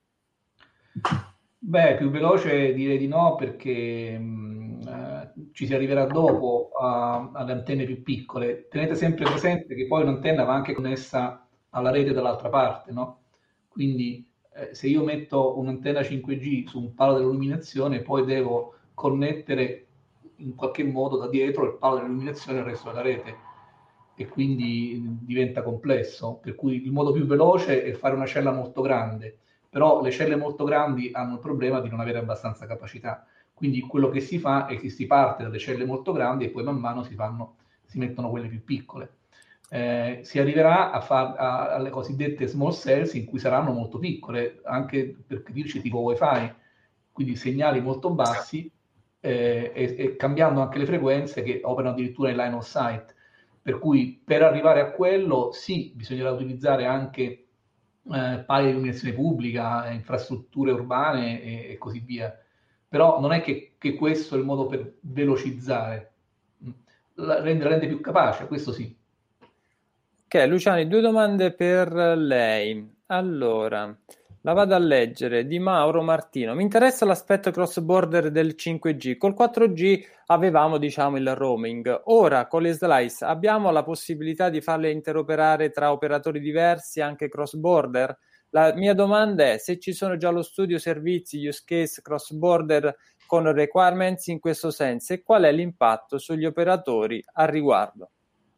Beh, più veloce direi di no, perché mh, eh, ci si arriverà dopo a, alle antenne più piccole. Tenete sempre presente che poi un'antenna va anche connessa alla rete dall'altra parte, no? Quindi eh, se io metto un'antenna cinque G su un palo dell'illuminazione, poi devo connettere in qualche modo da dietro il palo dell'illuminazione al resto della rete, e quindi diventa complesso. Per cui il modo più veloce è fare una cella molto grande. Però le celle molto grandi hanno il problema di non avere abbastanza capacità, quindi quello che si fa è che si parte dalle celle molto grandi e poi man mano si, fanno, si mettono quelle più piccole. Eh, si arriverà a far, a, alle cosiddette small cells, in cui saranno molto piccole, anche per dirci tipo wifi, quindi segnali molto bassi, eh, e, e cambiando anche le frequenze che operano addirittura in line of sight, per cui per arrivare a quello sì, bisognerà utilizzare anche Eh, pali di illuminazione pubblica, infrastrutture urbane e, e così via. Però non è che, che questo è il modo per velocizzare, la, rende, rende più capace, questo sì. Ok, Luciani, due domande per lei. Allora, la vado a leggere, di Mauro Martino. Mi interessa l'aspetto cross-border del cinque G. Col quattro G avevamo, diciamo, il roaming. Ora, con le slice, abbiamo la possibilità di farle interoperare tra operatori diversi, anche cross-border? La mia domanda è se ci sono già allo studio servizi, use case cross-border con requirements in questo senso e qual è l'impatto sugli operatori al riguardo?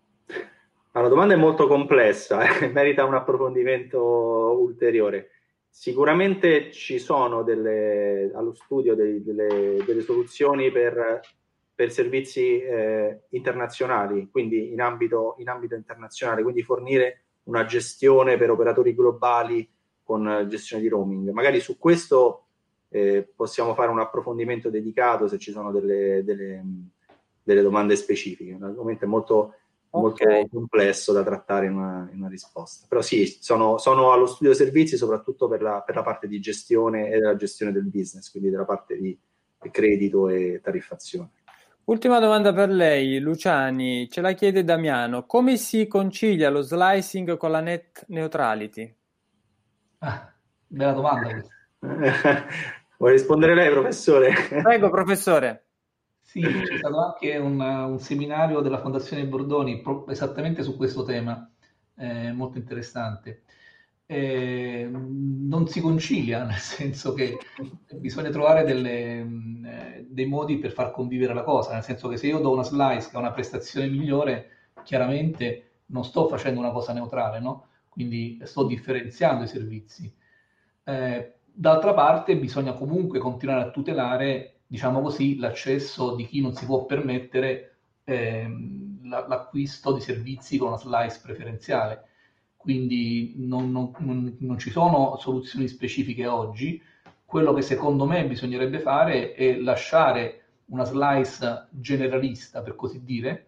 La domanda è molto complessa, eh? Merita un approfondimento ulteriore. Sicuramente ci sono delle, allo studio dei, delle, delle soluzioni per, per servizi eh, internazionali, quindi in ambito, in ambito internazionale, quindi fornire una gestione per operatori globali con gestione di roaming. Magari su questo eh, possiamo fare un approfondimento dedicato se ci sono delle, delle, delle domande specifiche. L'argomento è molto... molto okay. complesso da trattare in una, in una risposta, però sì, sono, sono allo studio servizi soprattutto per la, per la parte di gestione e della gestione del business, quindi della parte di credito e tariffazione. Ultima domanda per lei, Luciani, ce la chiede Damiano: come si concilia lo slicing con la net neutrality? Ah, bella domanda questa. Vuoi rispondere lei, professore? Prego, professore. Sì, c'è stato anche un, un seminario della Fondazione Bordoni pro, esattamente su questo tema, eh, molto interessante. Eh, non si concilia, nel senso che bisogna trovare delle, eh, dei modi per far convivere la cosa, nel senso che se io do una slice che ha una prestazione migliore, chiaramente non sto facendo una cosa neutrale, no? Quindi sto differenziando i servizi. Eh, d'altra parte bisogna comunque continuare a tutelare, diciamo così, l'accesso di chi non si può permettere ehm, la, l'acquisto di servizi con una slice preferenziale. quindi non, non, non, non ci sono soluzioni specifiche oggi. Quello che secondo me bisognerebbe fare è lasciare una slice generalista, per così dire,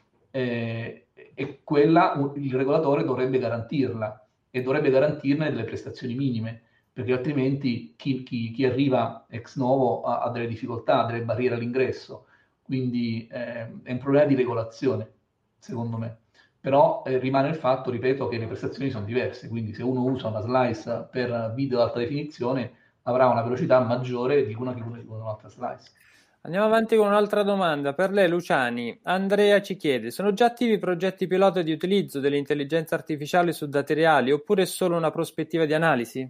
eh, e quella il regolatore dovrebbe garantirla e dovrebbe garantirne delle prestazioni minime, perché altrimenti chi, chi, chi arriva ex novo ha, ha delle difficoltà, ha delle barriere all'ingresso, quindi eh, è un problema di regolazione, secondo me. Però eh, rimane il fatto, ripeto, che le prestazioni sono diverse, quindi se uno usa una slice per video ad alta definizione avrà una velocità maggiore di una che usa un'altra slice. Andiamo avanti con un'altra domanda. Per lei, Luciani, Andrea ci chiede: sono già attivi progetti pilota di utilizzo dell'intelligenza artificiale su dati reali oppure è solo una prospettiva di analisi?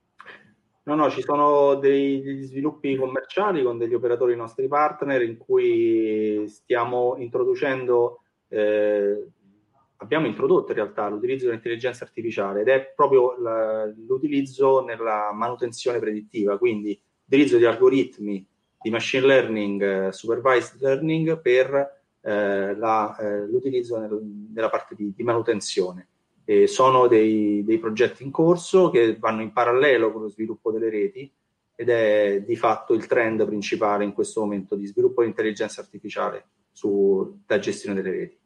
No, no, ci sono dei, degli sviluppi commerciali con degli operatori nostri partner in cui stiamo introducendo, eh, abbiamo introdotto in realtà l'utilizzo dell'intelligenza artificiale ed è proprio la, l'utilizzo nella manutenzione predittiva, quindi l'utilizzo di algoritmi di machine learning, eh, supervised learning per eh, la, eh, l'utilizzo nel, nella parte di, di manutenzione. E sono dei, dei progetti in corso che vanno in parallelo con lo sviluppo delle reti ed è di fatto il trend principale in questo momento di sviluppo di intelligenza artificiale sulla gestione delle reti.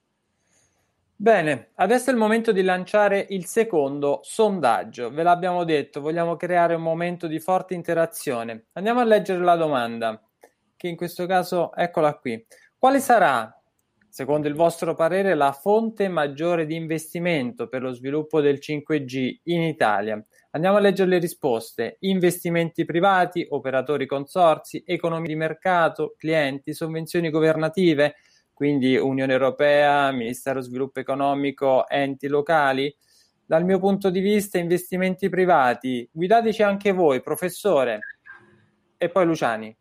Bene, adesso è il momento di lanciare il secondo sondaggio. Ve l'abbiamo detto, vogliamo creare un momento di forte interazione. Andiamo a leggere la domanda, che in questo caso eccola qui. Quale sarà, secondo il vostro parere, la fonte maggiore di investimento per lo sviluppo del cinque G in Italia? Andiamo a leggere le risposte. Investimenti privati, operatori consorzi, economia di mercato, clienti, sovvenzioni governative, quindi Unione Europea, Ministero Sviluppo Economico, enti locali. Dal mio punto di vista, investimenti privati. Guidateci anche voi, professore. E poi Luciani.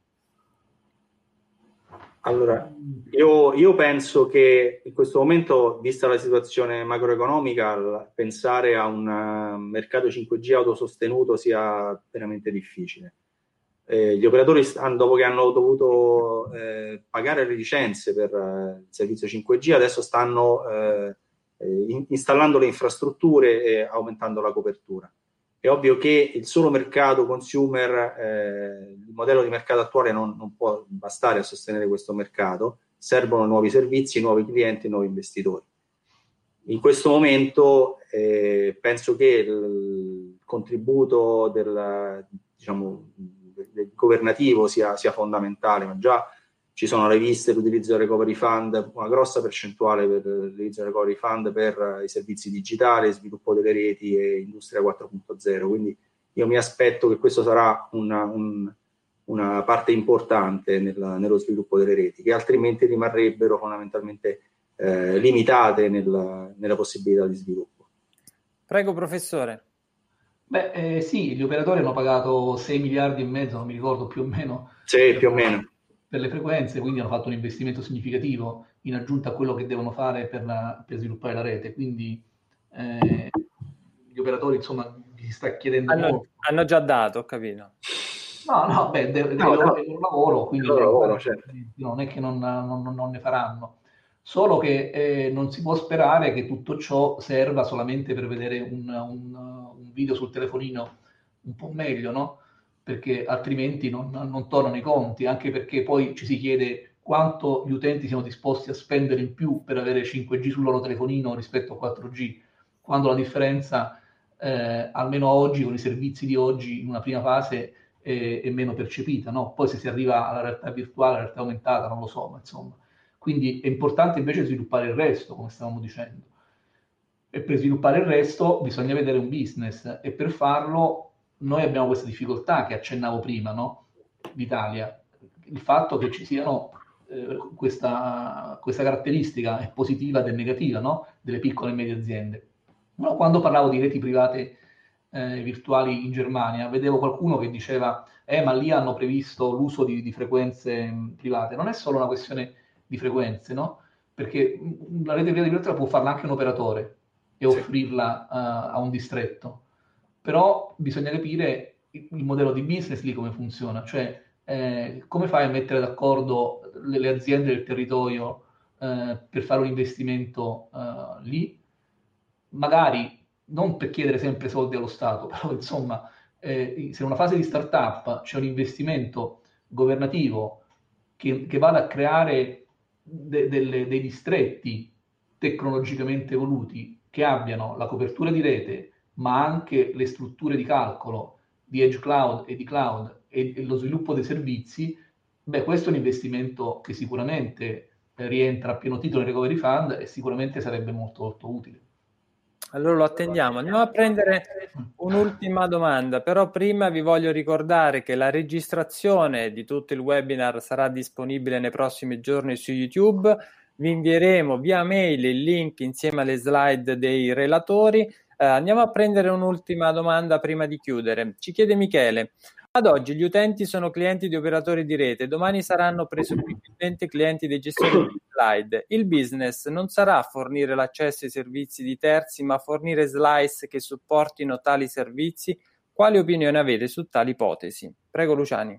Allora, io, io penso che in questo momento, vista la situazione macroeconomica, pensare a un mercato cinque G autosostenuto sia veramente difficile. Eh, gli operatori, stanno, dopo che hanno dovuto eh, pagare le licenze per eh, il servizio cinque G, adesso stanno eh, in, installando le infrastrutture e aumentando la copertura. È ovvio che il solo mercato consumer, eh, il modello di mercato attuale non, non può bastare a sostenere questo mercato, servono nuovi servizi, nuovi clienti, nuovi investitori. In questo momento eh, penso che il contributo del, diciamo, del governativo sia, sia fondamentale, ma già ci sono riviste l'utilizzo del recovery fund, una grossa percentuale per l'utilizzo del recovery fund per i servizi digitali, sviluppo delle reti e industria quattro punto zero, quindi io mi aspetto che questo sarà una, un, una parte importante nel, nello sviluppo delle reti, che altrimenti rimarrebbero fondamentalmente eh, limitate nel, nella possibilità di sviluppo. Prego, professore. Beh, eh, sì, gli operatori hanno pagato sei miliardi e mezzo, non mi ricordo più o meno. Sì, più o meno. Per le frequenze, quindi hanno fatto un investimento significativo in aggiunta a quello che devono fare per, la, per sviluppare la rete. Quindi eh, gli operatori, insomma, vi si sta chiedendo hanno, molto. Hanno già dato, ho capito. No, no, beh, de- de- no, loro, no. È il loro lavoro, quindi loro lavoro, certo. Non è che non, non, non ne faranno. Solo che eh, non si può sperare che tutto ciò serva solamente per vedere un, un, un video sul telefonino un po' meglio, no? Perché altrimenti non, non tornano i conti, anche perché poi ci si chiede quanto gli utenti siano disposti a spendere in più per avere cinque G sul loro telefonino rispetto a quattro G, quando la differenza, eh, almeno oggi, con i servizi di oggi, in una prima fase, è, è meno percepita, no? Poi se si arriva alla realtà virtuale, alla realtà aumentata, non lo so, ma insomma. Quindi è importante invece sviluppare il resto, come stavamo dicendo. E per sviluppare il resto bisogna vedere un business, e per farlo noi abbiamo questa difficoltà che accennavo prima, no? L'Italia, il fatto che ci siano eh, questa, questa caratteristica è positiva ed è negativa, no? Delle piccole e medie aziende. No, quando parlavo di reti private eh, virtuali in Germania, vedevo qualcuno che diceva eh, ma lì hanno previsto l'uso di, di frequenze mh, private. Non è solo una questione di frequenze, no? Perché la rete privata virtuale può farla anche un operatore e offrirla uh, a un distretto. Però bisogna capire il, il modello di business lì come funziona, cioè eh, come fai a mettere d'accordo le, le aziende del territorio eh, per fare un investimento uh, lì, magari non per chiedere sempre soldi allo Stato, però insomma, eh, se in una fase di startup c'è un investimento governativo che, che vada a creare de, delle, dei distretti tecnologicamente evoluti che abbiano la copertura di rete, ma anche le strutture di calcolo di edge cloud e di cloud e, e lo sviluppo dei servizi, beh, questo è un investimento che sicuramente rientra a pieno titolo nel Recovery Fund e sicuramente sarebbe molto, molto utile. Allora lo attendiamo. Andiamo a prendere un'ultima domanda, però prima vi voglio ricordare che la registrazione di tutto il webinar sarà disponibile nei prossimi giorni su YouTube. Vi invieremo via mail il link insieme alle slide dei relatori. Eh, andiamo a prendere un'ultima domanda prima di chiudere. Ci chiede Michele: ad oggi gli utenti sono clienti di operatori di rete, domani saranno presumibilmente clienti dei gestori di slide. Il business non sarà fornire l'accesso ai servizi di terzi, ma fornire slice che supportino tali servizi? Quale opinione avete su tali ipotesi? Prego Luciani.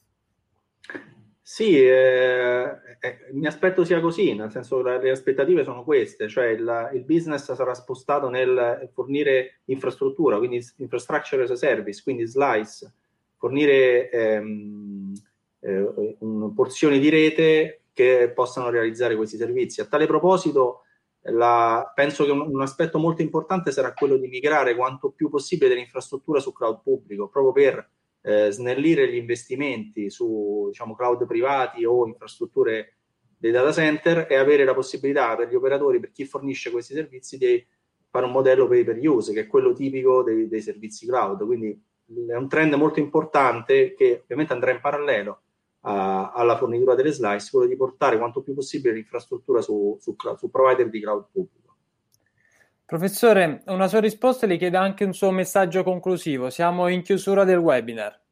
Sì, eh, eh, mi aspetto sia così, nel senso che le aspettative sono queste, cioè il, il business sarà spostato nel fornire infrastruttura, quindi infrastructure as a service, quindi slice, fornire ehm, eh, un, porzioni di rete che possano realizzare questi servizi. A tale proposito, la, penso che un, un aspetto molto importante sarà quello di migrare quanto più possibile dell'infrastruttura su cloud pubblico, proprio per eh, snellire gli investimenti su, diciamo, cloud privati o infrastrutture dei data center e avere la possibilità per gli operatori, per chi fornisce questi servizi, di fare un modello pay per use, che è quello tipico dei, dei servizi cloud. Quindi è un trend molto importante che ovviamente andrà in parallelo a, alla fornitura delle slice, quello di portare quanto più possibile l'infrastruttura su, su, su provider di cloud pubblico. Professore, una sua risposta le chiede anche un suo messaggio conclusivo. Siamo in chiusura del webinar.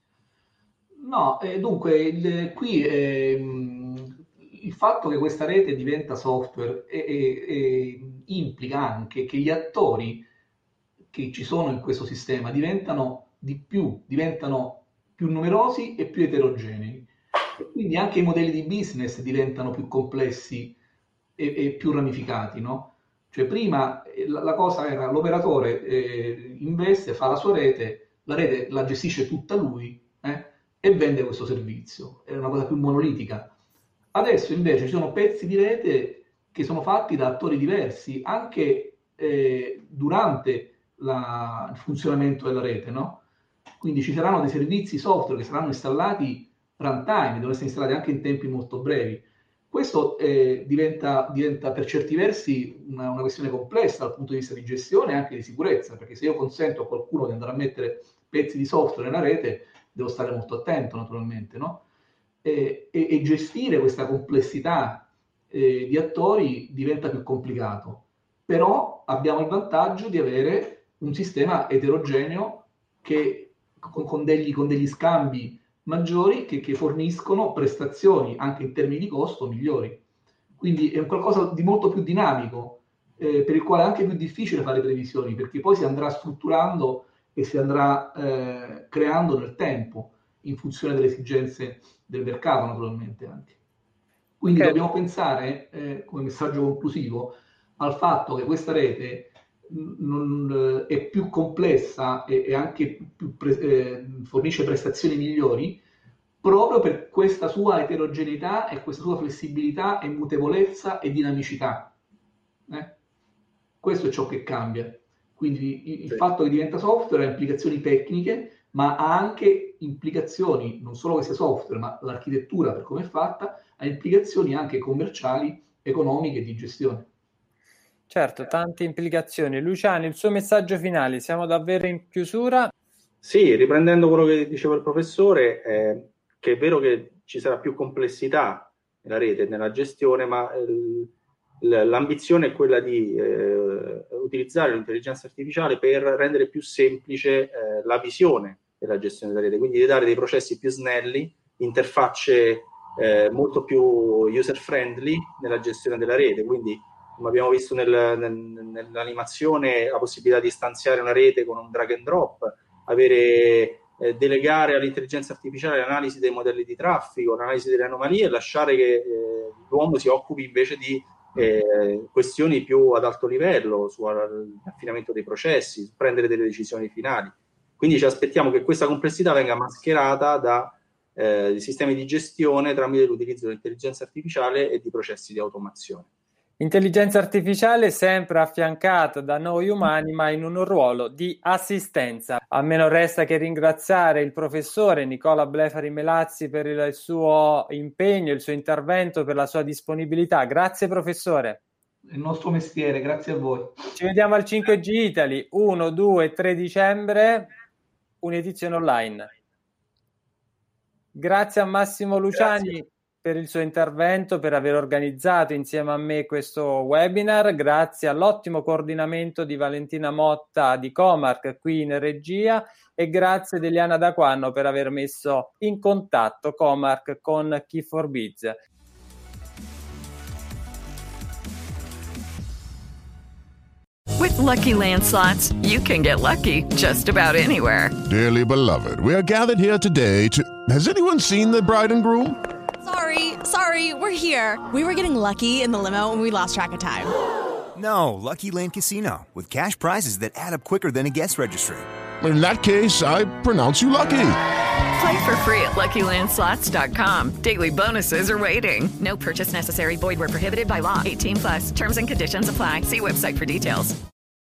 No, eh, dunque, il, qui eh, il fatto che questa rete diventa software eh, eh, implica anche che gli attori che ci sono in questo sistema diventano di più, diventano più numerosi e più eterogenei. E quindi anche i modelli di business diventano più complessi e, e più ramificati, no? Cioè prima la, la cosa era l'operatore eh, investe, fa la sua rete, la rete la gestisce tutta lui eh, e vende questo servizio. Era una cosa più monolitica. Adesso invece ci sono pezzi di rete che sono fatti da attori diversi, anche eh, durante la, il funzionamento della rete, no? Quindi ci saranno dei servizi software che saranno installati runtime, devono essere installati anche in tempi molto brevi. Questo eh, diventa, diventa per certi versi una, una questione complessa dal punto di vista di gestione e anche di sicurezza, perché se io consento a qualcuno di andare a mettere pezzi di software nella rete, devo stare molto attento naturalmente, no? E, e, e gestire questa complessità eh, di attori diventa più complicato, però abbiamo il vantaggio di avere un sistema eterogeneo che, con, con, degli, con degli scambi maggiori che, che forniscono prestazioni anche in termini di costo migliori. Quindi è un qualcosa di molto più dinamico, eh, per il quale è anche più difficile fare previsioni, perché poi si andrà strutturando e si andrà eh, creando nel tempo, in funzione delle esigenze del mercato naturalmente anche. Quindi okay. Dobbiamo pensare, eh, come messaggio conclusivo, al fatto che questa rete non, è più complessa e, e anche più pre, eh, fornisce prestazioni migliori proprio per questa sua eterogeneità e questa sua flessibilità e mutevolezza e dinamicità. Eh? Questo è ciò che cambia. Quindi il, il sì. fatto che diventa software ha implicazioni tecniche, ma ha anche implicazioni, non solo che sia software, ma l'architettura per come è fatta, ha implicazioni anche commerciali, economiche e di gestione. Certo, tante implicazioni. Luciani, il suo messaggio finale, siamo davvero in chiusura? Sì, riprendendo quello che diceva il professore, eh, che è vero che ci sarà più complessità nella rete, nella gestione, ma eh, l'ambizione è quella di eh, utilizzare l'intelligenza artificiale per rendere più semplice eh, la visione della gestione della rete, quindi di dare dei processi più snelli, interfacce eh, molto più user-friendly nella gestione della rete, quindi come abbiamo visto nel, nel, nell'animazione, la possibilità di istanziare una rete con un drag and drop, avere, eh, delegare all'intelligenza artificiale l'analisi dei modelli di traffico, l'analisi delle anomalie e lasciare che eh, l'uomo si occupi invece di eh, questioni più ad alto livello, sull'affinamento dei processi, prendere delle decisioni finali. Quindi ci aspettiamo che questa complessità venga mascherata da eh, sistemi di gestione tramite l'utilizzo dell'intelligenza artificiale e di processi di automazione. Intelligenza artificiale sempre affiancata da noi umani, ma in un ruolo di assistenza. A me non resta che ringraziare il professore Nicola Blefari Melazzi per il suo impegno, il suo intervento, per la sua disponibilità. Grazie professore. Il nostro mestiere, grazie a voi. Ci vediamo al cinque G Italy, uno, due, tre dicembre, un'edizione online. Grazie a Massimo Luciani. Grazie per il suo intervento, per aver organizzato insieme a me questo webinar, grazie all'ottimo coordinamento di Valentina Motta di Comark qui in regia e grazie ad Eliana Daquanno per aver messo in contatto Comark con Key for Biz. With Lucky Land Slots, you can get lucky just about anywhere. Dearly beloved, we are gathered here today to... Has anyone seen the bride and groom? Sorry, sorry, we're here. We were getting lucky in the limo and we lost track of time. No, Lucky Land Casino, with cash prizes that add up quicker than a guest registry. In that case, I pronounce you lucky. Play for free at Lucky Land Slots dot com. Daily bonuses are waiting. No purchase necessary. Void where prohibited by law. eighteen plus. Terms and conditions apply. See website for details.